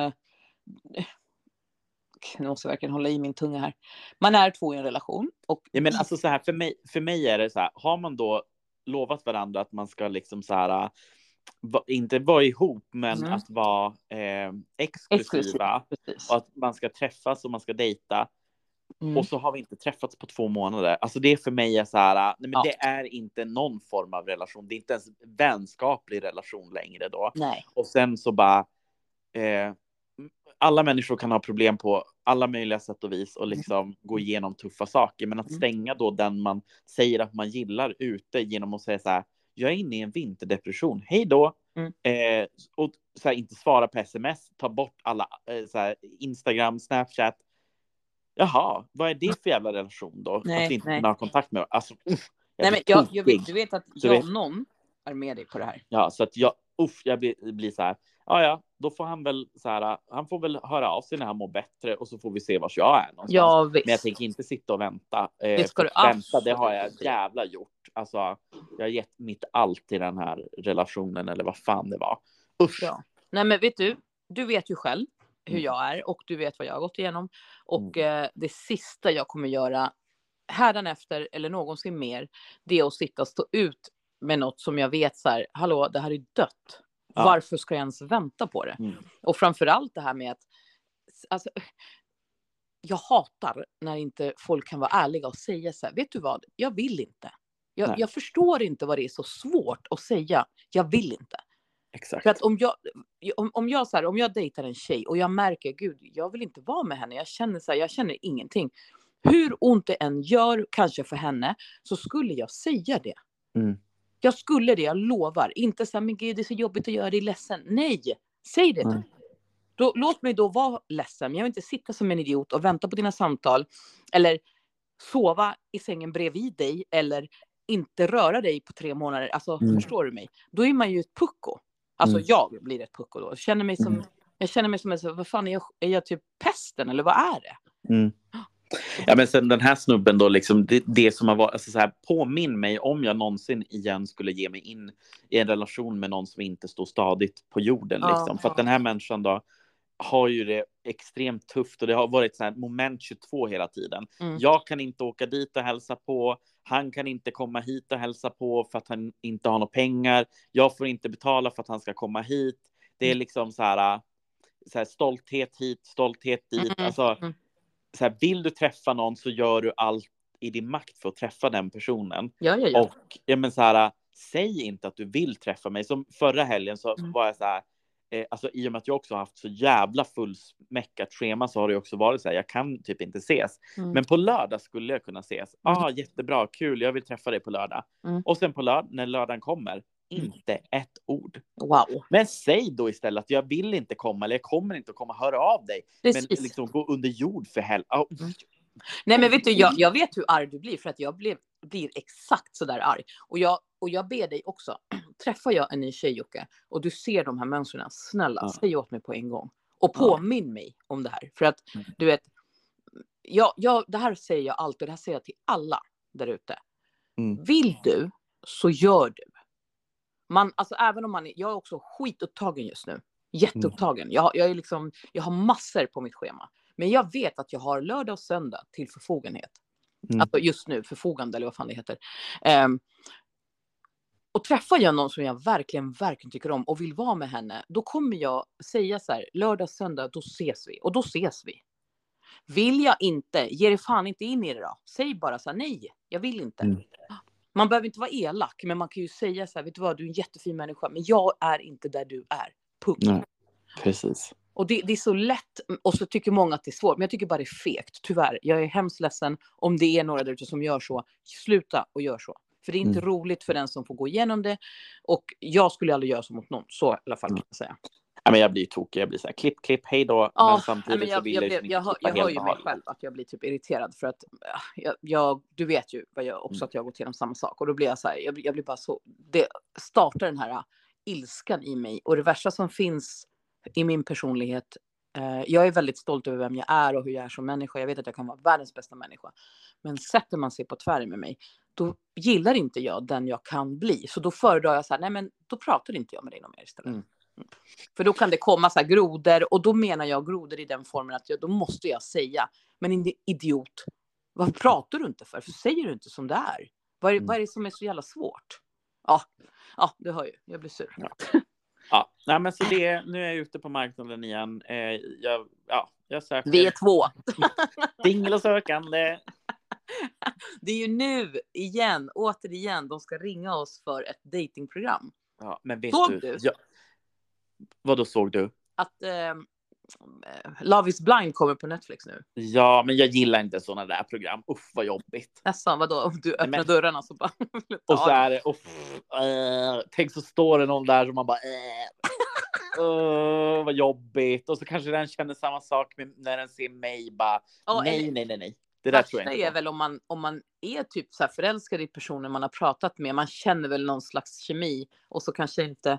Nu måste jag verkligen hålla i min tunga här. Man är 2 i en relation. Och ja, men alltså så här, för mig är det så här, har man då lovat varandra att man ska liksom så här, inte vara ihop, men att vara exklusiva. Och att man ska träffas och man ska dejta. Och så har vi inte träffats på 2 månader. Alltså det för mig är så här, nej, men det är inte någon form av relation. Det är inte ens vänskaplig relation längre då. Nej. Och sen så bara alla människor kan ha problem på alla möjliga sätt och vis och liksom gå igenom tuffa saker. Men att stänga då den man säger att man gillar ute genom att säga så här, jag är inne i en vinterdepression, hej då. Och så här, inte svara på sms, ta bort alla så här, Instagram, Snapchat. Jaha, vad är det för jävla relation då? Nej, att inte kunna ha kontakt med. Alltså, nej, men jag vet, du vet att jag och någon är med dig på det här. Ja, så att jag blir så här, ja, då får han väl så här, han får väl höra av sig när han mår bättre och så får vi se vart jag är någonstans. Ja, visst. Men jag tänker inte sitta och vänta. Det ska du vänta, det har jag jävla gjort. Alltså, jag har gett mitt allt i den här relationen eller vad fan det var. Usch. Ja. Nej, men vet du vet ju själv hur jag är och du vet vad jag har gått igenom. Och det sista jag kommer göra hädanefter eller någonsin mer, det är att sitta och stå ut med något som jag vet så här, hallå, det här är dött. Ja. Varför ska jag ens vänta på det? Och framförallt det här med att alltså, jag hatar när inte folk kan vara ärliga och säga så här, vet du vad, jag vill inte. Jag förstår inte vad det är så svårt att säga, jag vill inte. Exakt. För att om jag dejtar en tjej och jag märker, gud, jag vill inte vara med henne. Jag känner ingenting. Hur ont det än gör, kanske för henne, så skulle jag säga det. Jag skulle det, jag lovar. Inte så här, men gud, det är så jobbigt att göra dig ledsen. Nej, säg det. Låt mig då vara ledsen. Jag vill inte sitta som en idiot och vänta på dina samtal. Eller sova i sängen bredvid dig. Eller inte röra dig på 3 månader. Alltså, förstår du mig? Då är man ju ett pucko. Alltså, jag blir ett pucko då. Jag känner mig som en, vad fan, är jag typ pesten? Eller vad är det? Ja, men sen den här snubben då, liksom, det som har varit, alltså så här, påminn mig om jag någonsin igen skulle ge mig in i en relation med någon som inte står stadigt på jorden. Liksom. För att den här människan då har ju det extremt tufft och det har varit så här moment 22 hela tiden. Jag kan inte åka dit och hälsa på. Han kan inte komma hit och hälsa på för att han inte har några pengar. Jag får inte betala för att han ska komma hit. Det är liksom så här stolthet hit, stolthet dit. Alltså, så här, vill du träffa någon så gör du allt i din makt för att träffa den personen. Ja. Och men så här, säg inte att du vill träffa mig. Som förra helgen så var jag så här, alltså i och med att jag också har haft så jävla fullsmäckat schema så har det också varit så här, jag kan typ inte ses. Men på lördag skulle jag kunna ses. Jättebra, kul, jag vill träffa dig på lördag. Och sen på lördag, när lördagen kommer, inte ett ord. Wow. Men säg då istället att jag vill inte komma, eller jag kommer inte att komma, höra av dig. Precis. Men liksom gå under jord för helvete. Nej, men vet du, jag vet hur arg du blir, för att jag blir exakt så där arg. Och jag ber dig också, träffar jag en ny tjej, Jocke, och du ser de här mönstren, snälla, säg åt mig på en gång. Och påminn mig om det här. För att, du vet, det här säger jag alltid, det här säger jag till alla där ute. Vill du, så gör du. Alltså även om jag är också skitupptagen just nu. Jätteupptagen. Jag har massor på mitt schema. Men jag vet att jag har lördag och söndag till förfogandet. Alltså just nu, förfogande eller vad fan det heter. Och träffar jag någon som jag verkligen tycker om och vill vara med henne, då kommer jag säga så här, lördag, söndag, då ses vi. Och då ses vi. Vill jag inte, ge dig fan inte in i det då. Säg bara så här, nej, jag vill inte. Man behöver inte vara elak, men man kan ju säga så här, vet du vad, du är en jättefin människa, men jag är inte där du är. Punkt. Nej, precis. Och det är så lätt, och så tycker många att det är svårt, men jag tycker bara det är fegt, tyvärr. Jag är hemskt ledsen om det är några där ute som gör så. Sluta och gör så. För det är inte roligt för den som får gå igenom det. Och jag skulle aldrig göra så mot någon, så i alla fall kan jag säga. Ja, men jag blir tokig, jag blir så här, klipp, hej då. Ja, men samtidigt jag hör ju mig själv att jag blir typ irriterad. För att du vet ju att jag har gått igenom samma sak. Och då blir jag så här, jag blir bara så, det startar den här ilskan i mig. Och det värsta som finns i min personlighet, jag är väldigt stolt över vem jag är och hur jag är som människa. Jag vet att jag kan vara världens bästa människa. Men sätter man sig på tvären med mig, då gillar inte jag den jag kan bli. Så då föredrar jag så här, nej men då pratar inte jag med dig någon mer istället. För då kan det komma så här grodor, och då menar jag grodor i den formen att då måste jag säga, men idiot, vad pratar du inte för säger du inte som det är? Vad är det som är så jävla svårt? Ja, du hör ju, jag blir sur. Ja, nej, men så nu är jag ute på marknaden igen. Jag söker. Vi är 2. Singel och sökande. Det är ju nu återigen, de ska ringa oss för ett datingprogram. Ja, men vet såg du? Ja. Vad då såg du? Att Love is blind kommer på Netflix nu. Ja, men jag gillar inte sådana där program. Uff, vad jobbigt. Nästan, vadå? Om du öppnar dörrarna så bara... och så är det... tänk så står det någon där som man bara... vad jobbigt. Och så kanske den känner samma sak när den ser mig. Bara, nej. Det där tror jag inte. Det är väl om man är typ så här förälskad i personer man har pratat med. Man känner väl någon slags kemi. Och så kanske inte...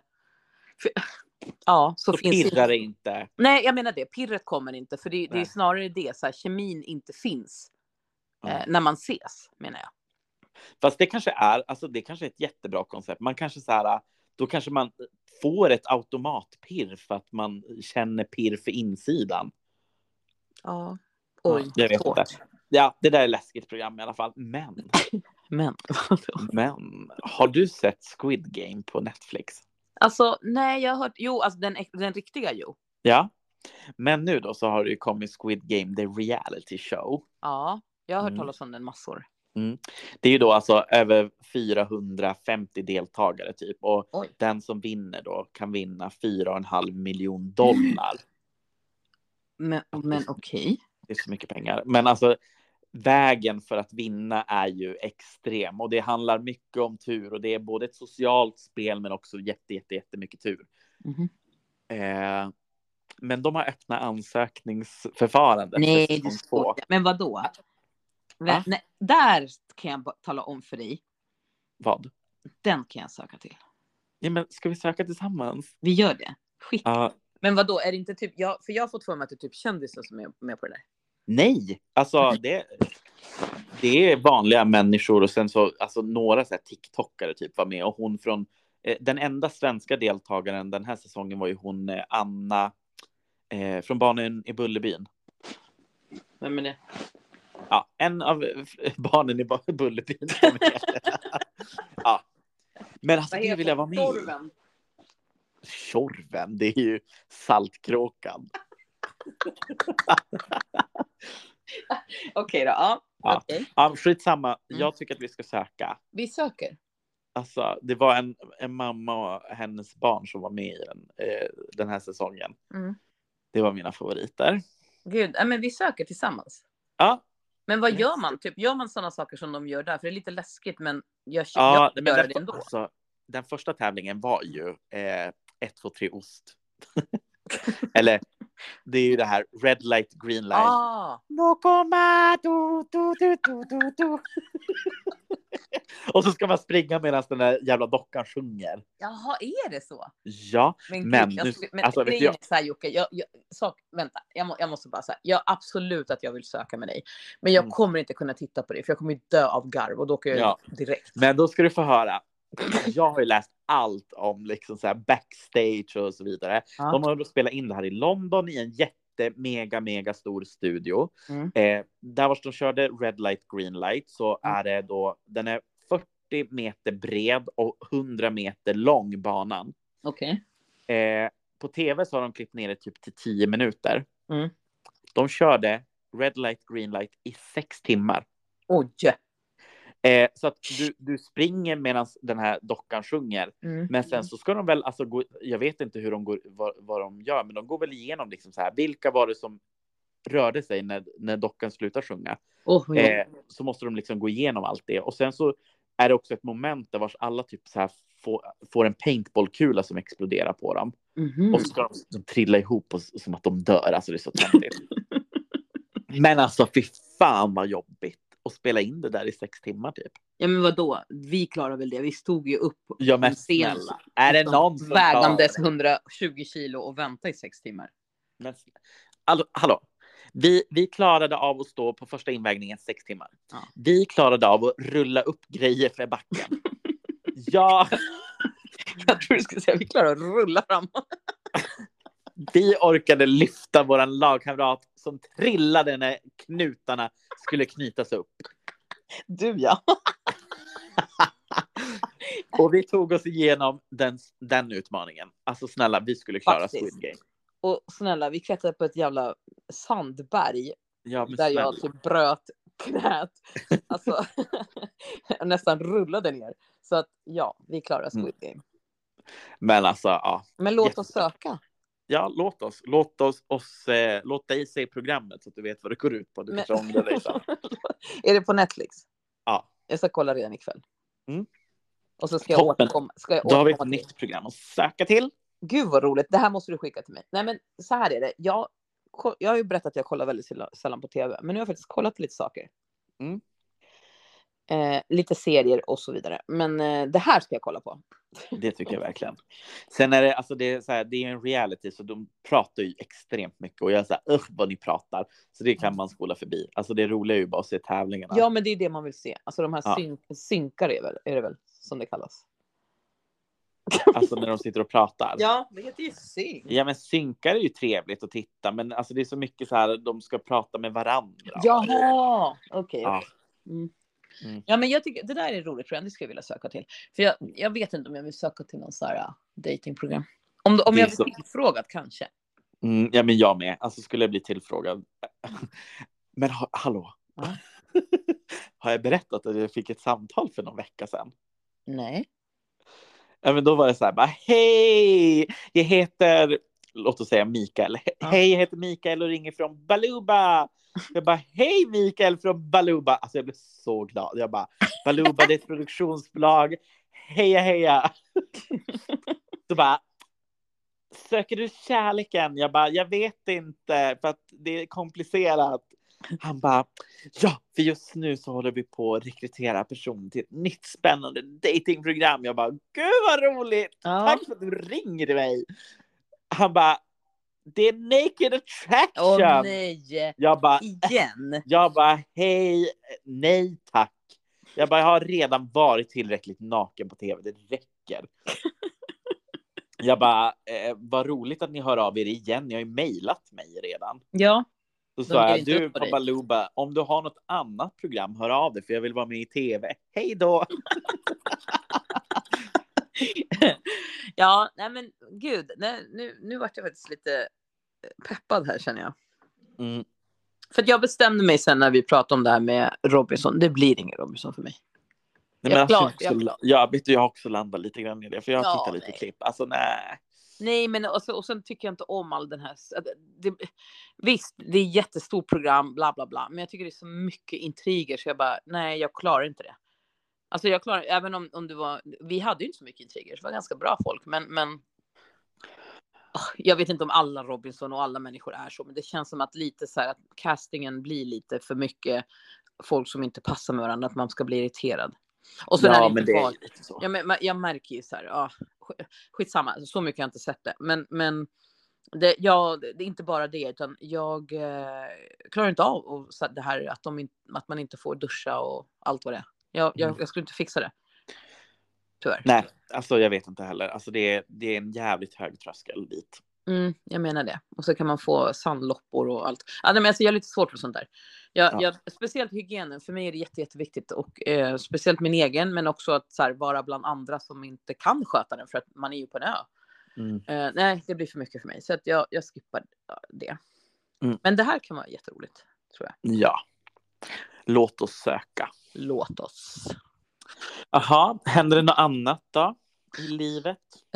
så pirrar det inte. Nej, jag menar det. Pirret kommer inte. För det är snarare det. Så här, kemin inte finns när man ses, menar jag. Fast det kanske är ett jättebra koncept. Man kanske så här, då kanske man får ett automatpirr för att man känner pirr för insidan. Ja. Oj, jag vet inte. Ja, det där är läskigt program i alla fall. Men har du sett Squid Game på Netflix? Alltså, nej, jag har hört... alltså den riktiga Ja, men nu då så har det ju kommit Squid Game, the reality show. Ja, jag har hört talas om den massor. Det är ju då alltså över 450 deltagare typ. Och Oj. den som vinner då kan vinna $4,5 miljoner. Men okej. Det är så mycket pengar. Men alltså vägen för att vinna är ju extrem. Och det handlar mycket om tur. Och det är både ett socialt spel men också jättemycket tur. Men de har öppna ansökningsförfarande. Nej, det skojar. Men vadå? Nej, där kan jag tala om för dig. Vad? Den kan jag söka till. Ja, men ska vi söka tillsammans? Vi gör det. Skicka. Men vadå, är det inte typ... för jag har fått för mig att det är typ kändisar som är med på det där. Nej, alltså det är vanliga människor och sen så alltså några så här TikTokare typ var med och hon från den enda svenska deltagaren den här säsongen var ju hon Anna från Barnen i Bullerbyn. Vem är det? Ja, en av barnen i Bullerbyn. Ja. Men alltså det vill jag vara med i. Tjorven, det är ju Saltkråkan. Okej då, ja. Okay. Ja, skitsamma. Jag tycker att vi ska söka. Vi söker. Alltså, det var en mamma och hennes barn som var med i den här säsongen. Det var mina favoriter. Gud, men vi söker tillsammans. Ja. Men vad gör man? Typ, gör man sådana saker som de gör där? För det är lite läskigt, men jag gör det ändå. Alltså, den första tävlingen var ju 1, 2, 3 ost. Eller det är ju det här red light, green light. No komma, du. Och så ska man springa medan den där jävla dockan sjunger. Jaha, är det så? Ja, men alltså, vet jag. Så här, Jocke, vänta, jag måste bara säga, absolut att jag vill söka med dig. Men jag kommer inte kunna titta på det, för jag kommer dö av garv och då åker jag direkt. Men då ska du få höra. Jag har ju läst allt om liksom så här backstage och så vidare. De har då spelat in det här i London i en mega stor studio. Där var de körde red light, green light så är det då, den är 40 meter bred och 100 meter lång banan. Okej. På tv så har de klippt ner det typ till 10 minuter. De körde red light, green light i 6 timmar. Oj. Så att du springer medan den här dockan sjunger. Men sen så ska de väl alltså gå, jag vet inte hur de går, vad de gör, men de går väl igenom liksom så här, vilka var det som rörde sig när dockan slutar sjunga. Så måste de liksom gå igenom allt det. Och sen så är det också ett moment där vars alla typ så här får en paintballkula som exploderar på dem. Och så ska de trilla ihop och, som att de dör. Alltså det är så töntigt. Men alltså fy fan vad jobbigt och spela in det där i 6 timmar typ. Ja men vadå? Vi klarar väl det. Vi stod ju upp på en scen. Är det någon som vägandes 120 kilo och vänta i 6 timmar? Men, hallå. Vi klarade av att stå på första invägningen 6 timmar. Vi klarade av att rulla upp grejer för backen. Ja. Jag tror du skulle säga vi klarade att rulla fram. Vi orkade lyfta våran lagkamrat som trillade när knutarna skulle knytas upp. Du ja. Och vi tog oss igenom den utmaningen. Alltså snälla, vi skulle klara Squid Game. Och snälla, vi klättrade på ett jävla sandberg. Där jag typ bröt knät. Alltså, nästan rullade ner. Så att ja, vi klarar Squid Game. Men alltså, ja. Men låt oss söka. Ja, låt dig se programmet så att du vet vad det går ut på. Du kanske ångrar dig sen. Är det på Netflix? Ja. Jag ska kolla redan ikväll. Och så ska jag återkomma. Då har vi ett nytt program att söka till. Gud vad roligt. Det här måste du skicka till mig. Nej men så här är det. Jag har ju berättat att jag kollar väldigt sällan på tv. Men nu har jag faktiskt kollat lite saker. Lite serier och så vidare. Men det här ska jag kolla på. Det tycker jag verkligen. Sen är det, alltså det är så här, det är en reality så de pratar ju extremt mycket och jag säger vad ni pratar. Så det kan man spola förbi. Alltså det roliga är ju bara att se tävlingarna. Ja men det är det man vill se. Alltså de här synkar är det väl som det kallas. Alltså när de sitter och pratar. Ja, det heter ju synk. Ja men synkar är ju trevligt att titta. Men alltså det är så mycket så här, de ska prata med varandra. Jaha, okej. Ja men jag tycker, det där är roligt tror jag. Det skulle jag vilja söka till. För jag vet inte om jag vill söka till någon så här datingprogram. Om jag blir tillfrågad kanske. Ja men jag med. Alltså skulle jag bli tillfrågad. Men hallå. Har jag berättat att jag fick ett samtal för någon vecka sedan? Nej. Ja, men då var det så här, bara, hej, jag heter, låt oss säga Mikael. Hej, jag heter Mikael och ringer från Baluba. Jag bara, hej Mikael från Baluba. Alltså jag blev så glad. Jag bara, Baluba, det är ett produktionsbolag. Heja, heja. Så bara, söker du kärleken? Jag bara, jag vet inte, för att det är komplicerat. Han bara, ja, för just nu så håller vi på att rekrytera person till ett nytt spännande datingprogram. Jag bara, gud vad roligt! Ja. Tack för att du ringde mig. Han bara, det är Naked Attraction. Åh nej, jag bara, igen. Jag bara, hej, nej tack. Jag bara, jag har redan varit tillräckligt naken på tv, det räcker. Jag bara, vad roligt att ni hör av er igen. Ni har ju mejlat mig redan. Ja. Så sa jag, du på Baluba, om du har något annat program, hör av dig för jag vill vara med i tv. Hej då! Ja, nej men gud, nu vart jag faktiskt lite peppad här känner jag. Mm. För att jag bestämde mig sen när vi pratade om det här med Robinson. Det blir ingen Robinson för mig. Nej, men jag har också landat lite grann i det. För jag har tittat lite klipp. Alltså nej. Nej, men och sen tycker jag inte om all den här. Visst, det är ett jättestort program, bla bla bla. Men jag tycker det är så mycket intriger så jag bara, nej, jag klarar inte det. Alltså jag klarar, även om det var, vi hade ju inte så mycket intriger. Så det var ganska bra folk, men jag vet inte om alla Robinson och alla människor är så. Men det känns som att lite så här att castingen blir lite för mycket folk som inte passar med varandra. Att man ska bli irriterad. Och så ja, men det är lite så. Ja, men jag märker ju så här, skitsamma, så mycket har jag inte sett det. Men det är inte bara det, utan jag klarar inte av och det här att man inte får duscha och allt vad det är. Jag skulle inte fixa det. Tyvärr. Nej, alltså jag vet inte heller. Alltså det är en jävligt hög tröskel dit. Jag menar det. Och så kan man få sandloppor och allt. Ja, men alltså, jag är lite svårt för sånt där. Speciellt hygienen. För mig är det jätteviktigt. Och speciellt min egen. Men också att så här, vara bland andra som inte kan sköta den. För att man är ju på en ö. Nej, det blir för mycket för mig. Så att jag skippar det. Men det här kan vara jätteroligt, tror jag. Ja. Låt oss söka. Låt oss. Jaha, händer det något annat då i livet?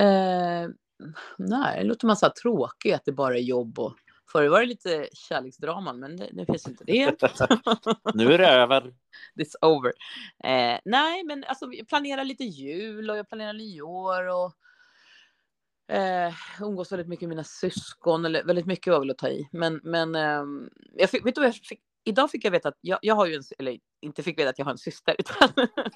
Nej, låter man så här tråkig att det bara är jobb och förr var det lite kärleksdraman, men det finns inte det. Nu är det över. It's over. Nej, men alltså jag planerar lite jul och jag planerar nyår och umgås väldigt mycket med mina syskon, eller väldigt mycket var väl att ta i. Men vet du vad jag fick? Idag fick jag veta att jag har ju eller inte fick veta att jag har en syster. Utan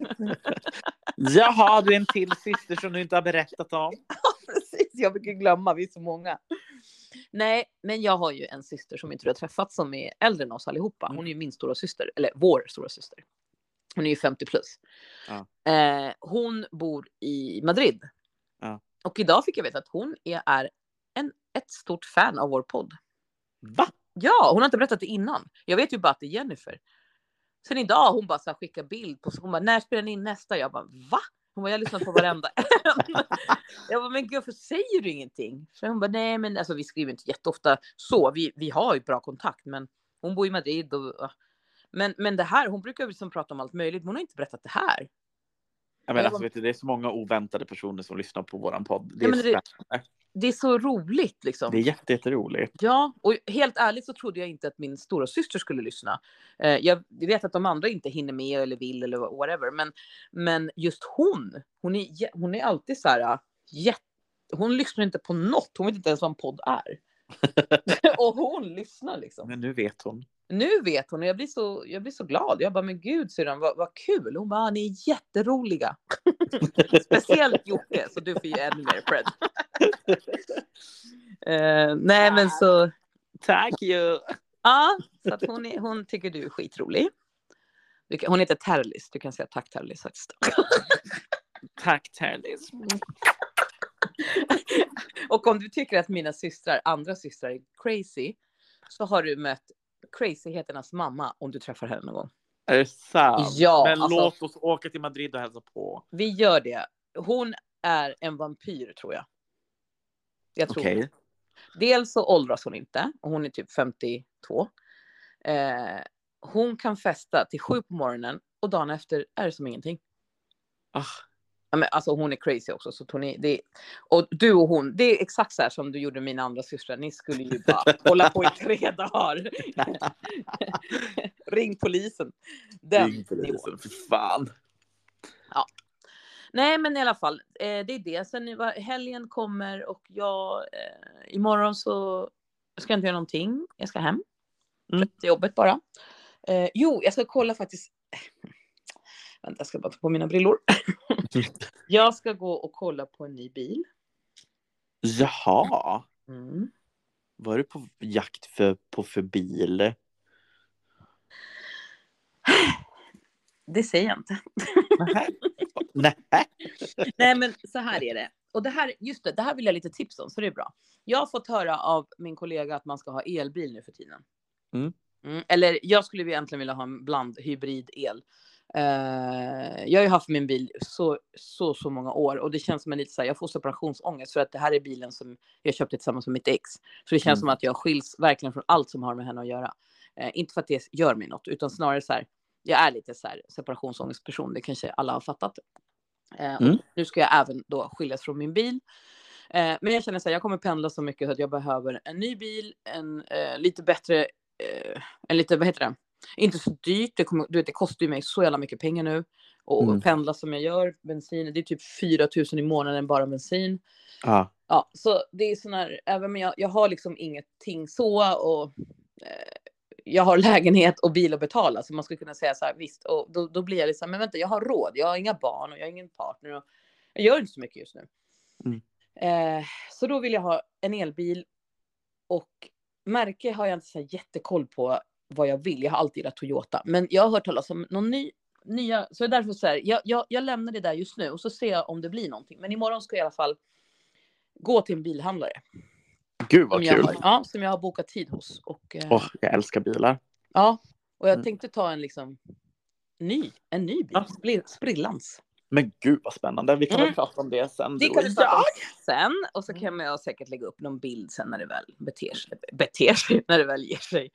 Jaha, du är en till syster som du inte har berättat om. Ja, precis. Jag brukar glömma, vi är så många. Nej, men jag har ju en syster som inte du har träffat som är äldre än oss allihopa. Hon är ju min stora syster, eller vår stora syster. Hon är ju 50 plus. Ja. Hon bor i Madrid. Ja. Och idag fick jag veta att hon är ett stort fan av vår podd. Va? Ja, hon har inte berättat det innan. Jag vet ju bara att det är Jennifer. Sen idag hon bara så här skickar bild på, hon bara, när spelar ni in nästa? Jag bara, va? Hon bara, jag lyssnar på varenda. Jag bara, men gud, varför säger du ingenting? Så hon bara, nej men alltså vi skriver inte jätteofta så. Vi har ju bra kontakt, men hon bor i Madrid och men det här, hon brukar liksom prata om allt möjligt, men hon har inte berättat det här. Ja, men alltså, vet du, det är så många oväntade personer som lyssnar på våran podd. Det är så roligt liksom. Det är jätteroligt. Ja, och helt ärligt så trodde jag inte att min stora syster skulle lyssna. Jag vet att de andra inte hinner med eller vill eller whatever. Men just hon är alltid så här, hon lyssnar inte på något. Hon vet inte ens vad en podd är. Och hon lyssnar liksom. Men nu vet hon. Nu vet hon och jag blir så glad. Jag bara, men gud syrran, vad kul. Hon bara, ni är jätteroliga. Speciellt Jocke, så du får ju ännu mer cred. Nej men så. Tack ju. Ja, så att hon tycker du är skitrolig. Hon heter Terlis, du kan säga tack Terlis. Tack Terlis. Och om du tycker att mina andra systrar är crazy, så har du mött crazyheternas mamma om du träffar henne någon gång. Är det sant? Ja, men alltså, låt oss åka till Madrid och hälsa på. Vi gör det. Hon är en vampyr, tror jag. Jag tror det. Dels så åldras hon inte. Och hon är typ 52. hon kan festa till 7 på morgonen och dagen efter är det som ingenting. Ja, men alltså hon är crazy också. Så och du och hon, det är exakt så här som du gjorde mina andra systrar. Ni skulle ju bara hålla på i 3 dagar. Ring polisen. Ring polisen, för fan. Ja. Nej, men i alla fall, det är det. Sen helgen kommer och jag imorgon så ska jag inte göra någonting. Jag ska hem. Till jobbet bara. Jo, jag ska kolla faktiskt. Vänta, jag ska bara ta på mina brillor. Jag ska gå och kolla på en ny bil. Jaha. Var du på jakt för bil? Det säger jag inte. Nej, men så här är det. Och det här vill jag lite tips om, så det är bra. Jag har fått höra av min kollega att man ska ha elbil nu för tiden. Eller jag skulle egentligen vilja ha en blandhybrid-el. Jag har ju haft min bil så många år och det känns som en lite så här, jag får separationsångest för att det här är bilen som jag köpte tillsammans med mitt ex. Så det känns som att jag skiljs verkligen från allt som har med henne att göra. Inte för att det gör mig något, utan snarare så här, jag är lite så här separationsångestperson, det kanske alla har fattat. Och nu ska jag även då skiljas från min bil. Men jag känner så här, jag kommer pendla så mycket att jag behöver en ny bil, en lite bättre, vad heter det? Inte så dyrt, det kostar ju mig så jävla mycket pengar nu. Och pendla som jag gör, bensin, det är typ 4 000 i månaden bara bensin. Ja, så det är sån här, även men jag har liksom ingenting så och jag har lägenhet och bil att betala, så man skulle kunna säga så här, visst, och då blir jag liksom, men vänta, jag har råd, jag har inga barn och jag har ingen partner och jag gör inte så mycket just nu. Så då vill jag ha en elbil, och märke har jag inte så här jättekoll på vad jag vill. Jag har alltid gillat Toyota, men jag har hört talas om någon nya, så därför så här, jag lämnar det där just nu och så ser jag om det blir någonting. Men imorgon ska jag i alla fall gå till en bilhandlare. Gud vad kul. Som jag har bokat tid hos. Och jag älskar bilar. Ja, och jag tänkte ta en liksom ny bil, sprillans. Men gud vad spännande. Vi kan väl prata om det sen. Det kan vi prata om sen. Och så kan jag säkert lägga upp någon bild sen när det väl beter sig när det väl ger sig.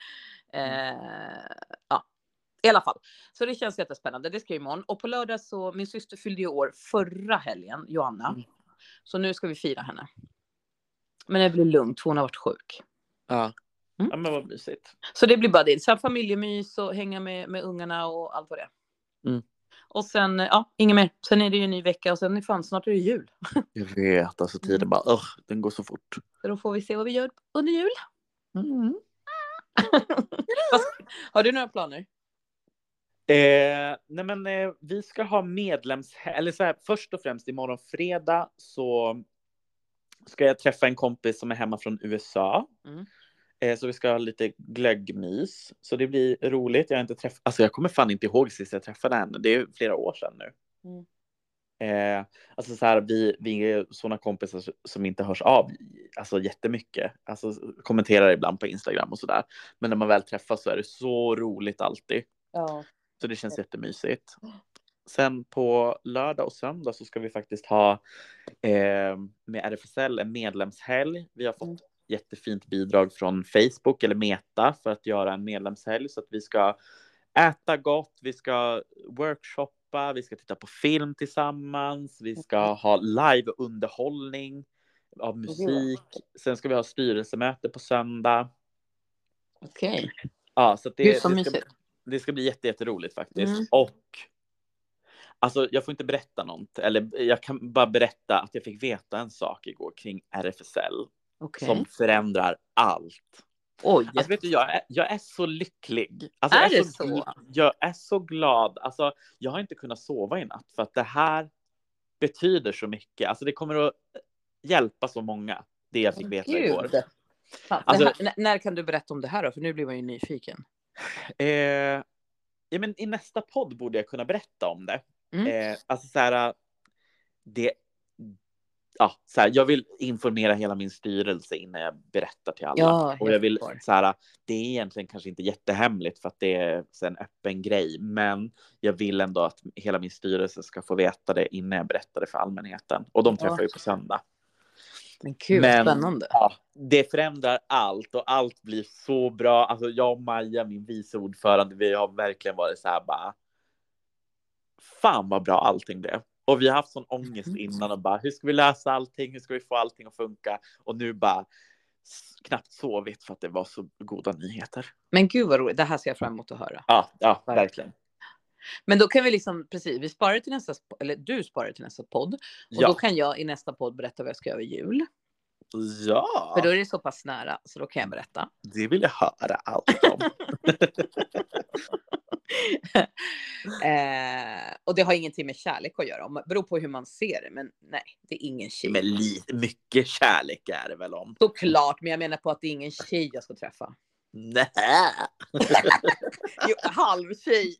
Ja, i alla fall. Så det känns jättespännande. Det ska jag imorgon. Och på lördag så, min syster fyllde ju år förra helgen, Joanna. Så nu ska vi fira henne. Men det blir lugnt, hon har varit sjuk. Ja, men vad mysigt. Så det blir bara det. Så familjemys och hänga med ungarna och allt vad det är. Och sen, inget mer. Sen är det ju en ny vecka och sen snart är det jul. Jag vet, alltså tiden bara, den går så fort. Så då får vi se vad vi gör under jul. Har du några planer? Nej men vi ska ha eller så här, först och främst imorgon fredag så ska jag träffa en kompis som är hemma från USA. Så vi ska ha lite glöggmys. Så det blir roligt. Jag kommer fan inte ihåg sist jag träffade henne. Det är flera år sedan nu. Alltså så här, vi är såna kompisar som inte hörs av alltså jättemycket. Alltså kommenterar ibland på Instagram och sådär. Men när man väl träffas så är det så roligt alltid. Ja. Så det känns jättemysigt. Sen på lördag och söndag så ska vi faktiskt ha med RFSL en medlemshelg. Vi har fått jättefint bidrag från Facebook eller Meta för att göra en medlemshelg. Så att vi ska äta gott, vi ska workshoppa, vi ska titta på film tillsammans. Vi ska ha live-underhållning av musik. Sen ska vi ha styrelsemöte på söndag. Okej. Ja, så att det ska bli jätteroligt faktiskt. Och alltså, jag får inte berätta något. Eller jag kan bara berätta att jag fick veta en sak igår kring RFSL. Som förändrar allt. Oj. Alltså, vet du, jag är så lycklig. Alltså, är det så? Jag är så glad. Alltså, jag har inte kunnat sova i natt för att det här betyder så mycket. Alltså, det kommer att hjälpa så många. Det jag fick veta igår. Alltså, när kan du berätta om det här då? För nu blir man ju nyfiken. Ja, men i nästa podd borde jag kunna berätta om det. Alltså så här, så här, jag vill informera hela min styrelse innan jag berättar till alla. Ja, och jag vill så här, det är egentligen kanske inte jättehemligt för att det är en öppen grej, men jag vill ändå att hela min styrelse ska få veta det innan jag berättar det för allmänheten. Och de träffar ju på söndag. Men gud, spännande. Ja, det förändrar allt och allt blir så bra. Alltså jag och Maja, min vice ordförande, vi har verkligen varit så här bara, fan vad bra allting blev. Och vi har haft sån ångest innan och bara, hur ska vi lösa allting? Hur ska vi få allting att funka? Och nu bara knappt sovit för att det var så goda nyheter. Men gud vad roligt, det här ser jag fram emot att höra. Ja, verkligen. Men då kan vi liksom, precis, vi sparar till nästa, eller du sparar till nästa podd. Och då kan jag i nästa podd berätta vad jag ska göra över jul. Ja. För då är det så pass nära, så då kan jag berätta. Det vill jag höra allt om. Och det har ingenting med kärlek att göra. Det beror på hur man ser det. Men nej, det är ingen tjej. Men mycket kärlek är det väl om. Såklart, men jag menar på att det är ingen tjej jag ska träffa. Nej. Jo, halvtjej.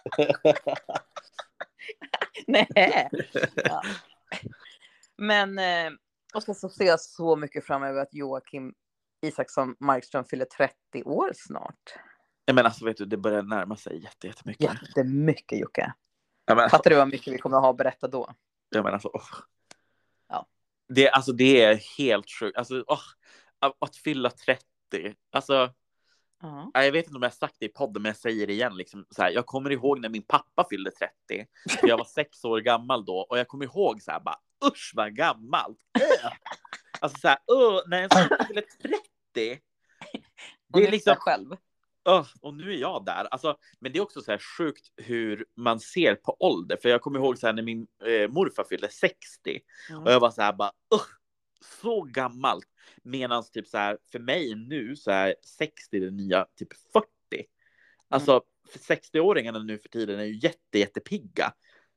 Nej. Ja. Men och så ser jag så mycket fram över att Joakim Isaksson Markström fyller 30 år snart. Jag menar, alltså vet du, det börjar närma sig jättemycket. Jättemycket, Jocke. Men, fattar du vad mycket vi kommer att ha att berätta då? Jag menar, alltså, ja. Det är helt sjukt. Alltså, att fylla 30. Alltså, jag vet inte om jag har sagt det i podden, men jag säger det igen. Liksom, så här, jag kommer ihåg när min pappa fyllde 30. Jag var 6 år gammal då. Och jag kommer ihåg så här, bara, usch vad gammalt. Alltså så här, när jag fyllde 30. Det är liksom själv. Och nu är jag där. Alltså, men det är också så här sjukt hur man ser på ålder. För jag kommer ihåg så här, när min morfar fyllde 60. Och jag var så här bara, så gammalt. Medan typ så här, för mig nu så är 60 det nya typ 40. Alltså 60-åringarna nu för tiden är ju jättepigga.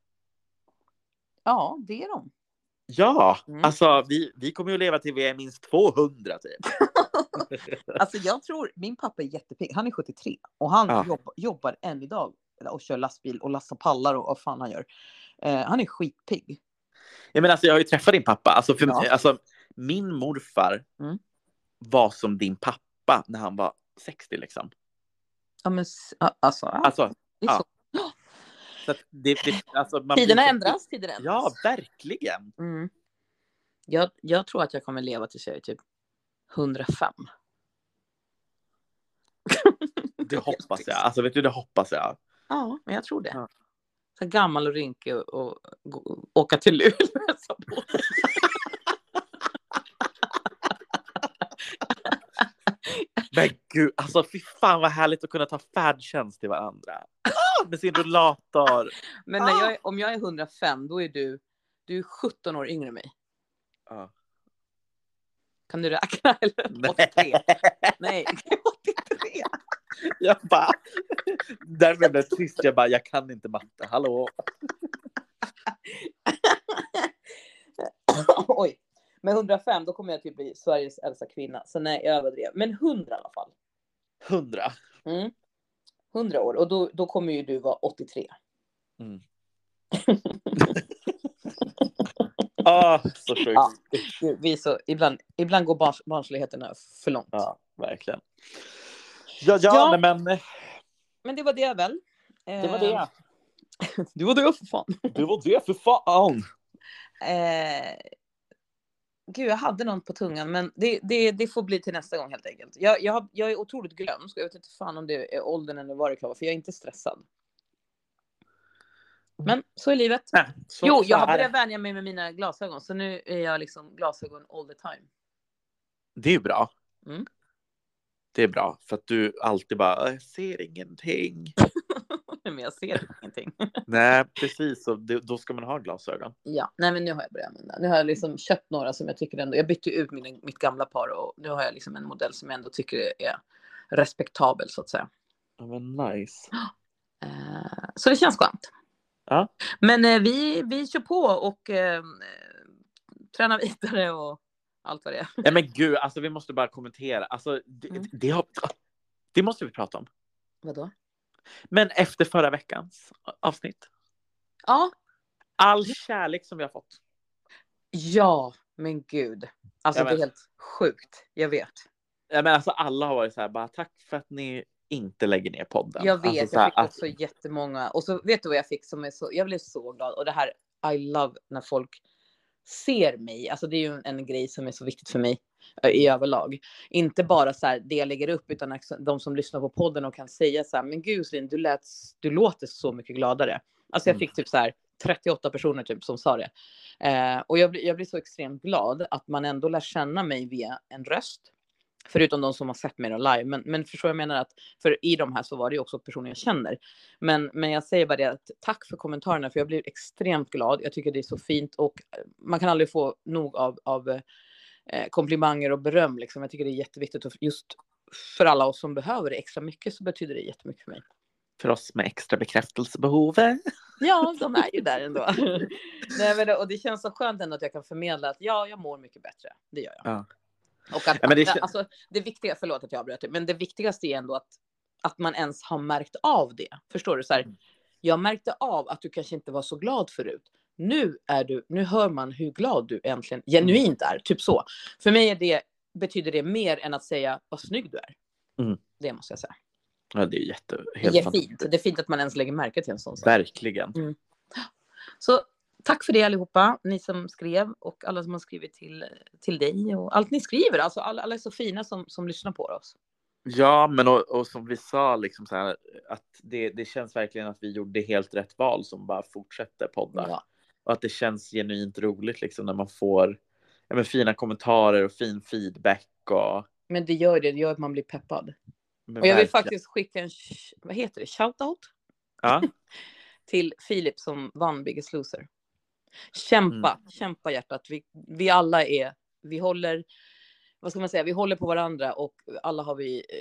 Ja, det är de. Ja, alltså vi kommer ju att leva till vi är minst 200 typ. Alltså jag tror, min pappa är jättepigg. Han är 73 och han jobbar än idag och kör lastbil och lastar pallar och vad fan han gör. Han är skitpigg. Ja, men alltså jag har ju träffat din pappa. Alltså, alltså min morfar var som din pappa när han var 60 liksom. Ja, men alltså det är så. Så att alltså, tiderna ändras. Ja, verkligen. Jag tror att jag kommer leva tills jag är typ 105. Det hoppas jag. Alltså vet du, det hoppas jag. Ja, men jag tror det. Ja. Så gammal och rynkig och åka till Luleå. Men gud, alltså fy fan vad härligt att kunna ta färdtjänst till varandra. Med sin rullator. Men om jag är 105, då är du är 17 år yngre än mig. Kan du räkna? Eller 83? Nej, 83. Jag bara, där blev det tyst. Jag bara, jag kan inte matte. Hallå. Oj. Med 105 då kommer jag typ bli Sveriges äldsta kvinna. Så nej, jag överdrev. Men 100 i alla fall. 100? 100 år. Och då kommer ju du vara 83. Så sjukt. Ja, vi så, ibland går barnsligheterna för långt. Ja, verkligen. Ja. Men det var det väl. Det var det. Det var det för fan. Det var det för fan. Gud, jag hade något på tungan, men det får bli till nästa gång helt enkelt. Jag är otroligt glömsk. Jag vet inte fan om det är åldern eller vad det kan vara, för jag är inte stressad. Men så är livet. Jag har börjat vänja mig med mina glasögon, så nu är jag liksom glasögon all the time. Det är bra. Det är bra, för att du alltid bara, jag ser ingenting. Men jag ser ingenting. Nej, precis. Och då ska man ha glasögon. Ja, nej men nu har jag börjat använda. Nu har jag liksom köpt några som jag tycker ändå. Jag bytte ut mitt gamla par och nu har jag liksom en modell som jag ändå tycker är respektabel så att säga. Ja, men nice. Så det känns skönt. Ja. Men vi kör på och tränar vidare och allt vad det är. Ja, men gud, alltså vi måste bara kommentera. Alltså, det måste vi prata om. Vadå? Men efter förra veckans avsnitt. Ja. All kärlek som vi har fått. Ja, men gud. Alltså det är helt sjukt. Jag vet. Ja, men alltså alla har varit så här, bara tack för att ni inte lägger ner podden. Jag vet, alltså, jag fick också jättemånga. Och så vet du vad jag fick som är så, jag blev så glad. Och det här, I love när folk ser mig. Alltså det är ju en grej som är så viktigt för mig i överlag. Inte bara så här det jag lägger upp, utan också de som lyssnar på podden och kan säga så här, men gud Celine, du låter så mycket gladare. Alltså jag fick typ så här 38 personer typ som sa det. Och jag blir så extremt glad att man ändå lär känna mig via en röst. Förutom de som har sett mig live. Men förstår jag menar att, för i de här så var det ju också personer jag känner. Men jag säger bara det, att tack för kommentarerna, för jag blir extremt glad. Jag tycker det är så fint, och man kan aldrig få nog av komplimanger och beröm. Liksom. Jag tycker det är jätteviktigt, och just för alla oss som behöver det extra mycket så betyder det jättemycket för mig. För oss med extra bekräftelsebehov. Ja, de är ju där ändå. Nej, men och det känns så skönt ändå att jag kan förmedla att jag mår mycket bättre. Det gör jag. Ja. Och att, alltså, det viktiga, förlåt att jag avbröt, men det viktigaste är ändå att man ens har märkt av det. Förstår du? Så här, jag märkte av att du kanske inte var så glad förut. Nu hör man hur glad du egentligen genuint är. Typ så. För mig betyder det mer än att säga vad snygg du är. Det måste jag säga. Ja, det är helt fint. Det är fint att man ens lägger märke till en sån sak. Verkligen. Så tack för det allihopa, ni som skrev och alla som har skrivit till dig och allt ni skriver. Alltså alla är så fina som lyssnar på oss. Ja, men och som vi sa liksom så här, att det känns verkligen att vi gjorde helt rätt val som bara fortsätter podda. Ja. Och att det känns genuint roligt liksom när man får fina kommentarer och fin feedback. Men det gör att man blir peppad. Och jag vill faktiskt skicka en, vad heter det, shoutout? Ja. Till Filip som vann Biggest Loser. Kämpa hjärtat. Vi alla vi håller, vad ska man säga, vi håller på varandra, och alla har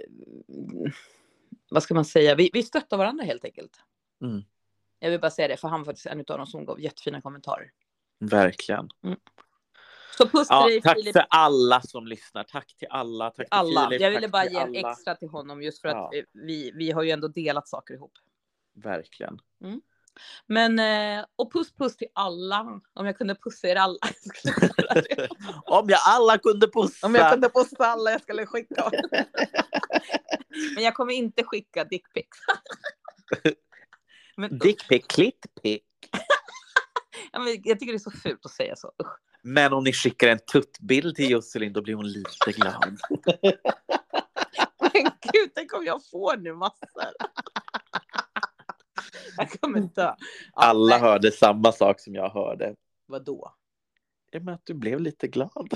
vad ska man säga, vi stöttar varandra helt enkelt. Jag vill bara säga det, för han var faktiskt en av dem som gav jättefina kommentarer. Verkligen. Så puss till dig, tack Filip. för alla som lyssnar. Tack till alla. Tack till alla. Filip. Jag ville bara ge en extra till honom, just för att vi har ju ändå delat saker ihop. Verkligen. Men, och puss till alla. Om jag kunde pussa er alla. Om jag kunde pussa alla jag skulle skicka. Men jag kommer inte skicka dickpics. Dickpic, klittpic. Jag tycker det är så fult att säga så. Men om ni skickar en tuttbild till Josselin, då blir hon lite glad. Men gud, tänk om jag får nu massor. Jag kommer dö. Alla hörde samma sak som jag hörde. Vadå? Ja, men att du blev lite glad.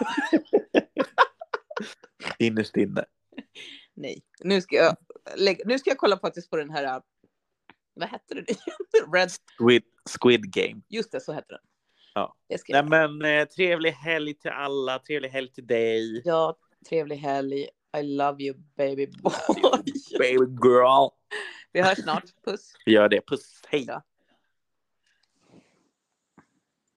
Innerst inne. Nej, nu ska jag kolla faktiskt på den här. Vad heter det? Red Squid Game. Just det, så heter den. Ja. Men trevlig helg till alla. Trevlig helg till dig. Ja, trevlig helg. I love you, baby boy. Baby girl. Vi hörs snart. Puss. Vi gör det. Puss. Hej. Ja.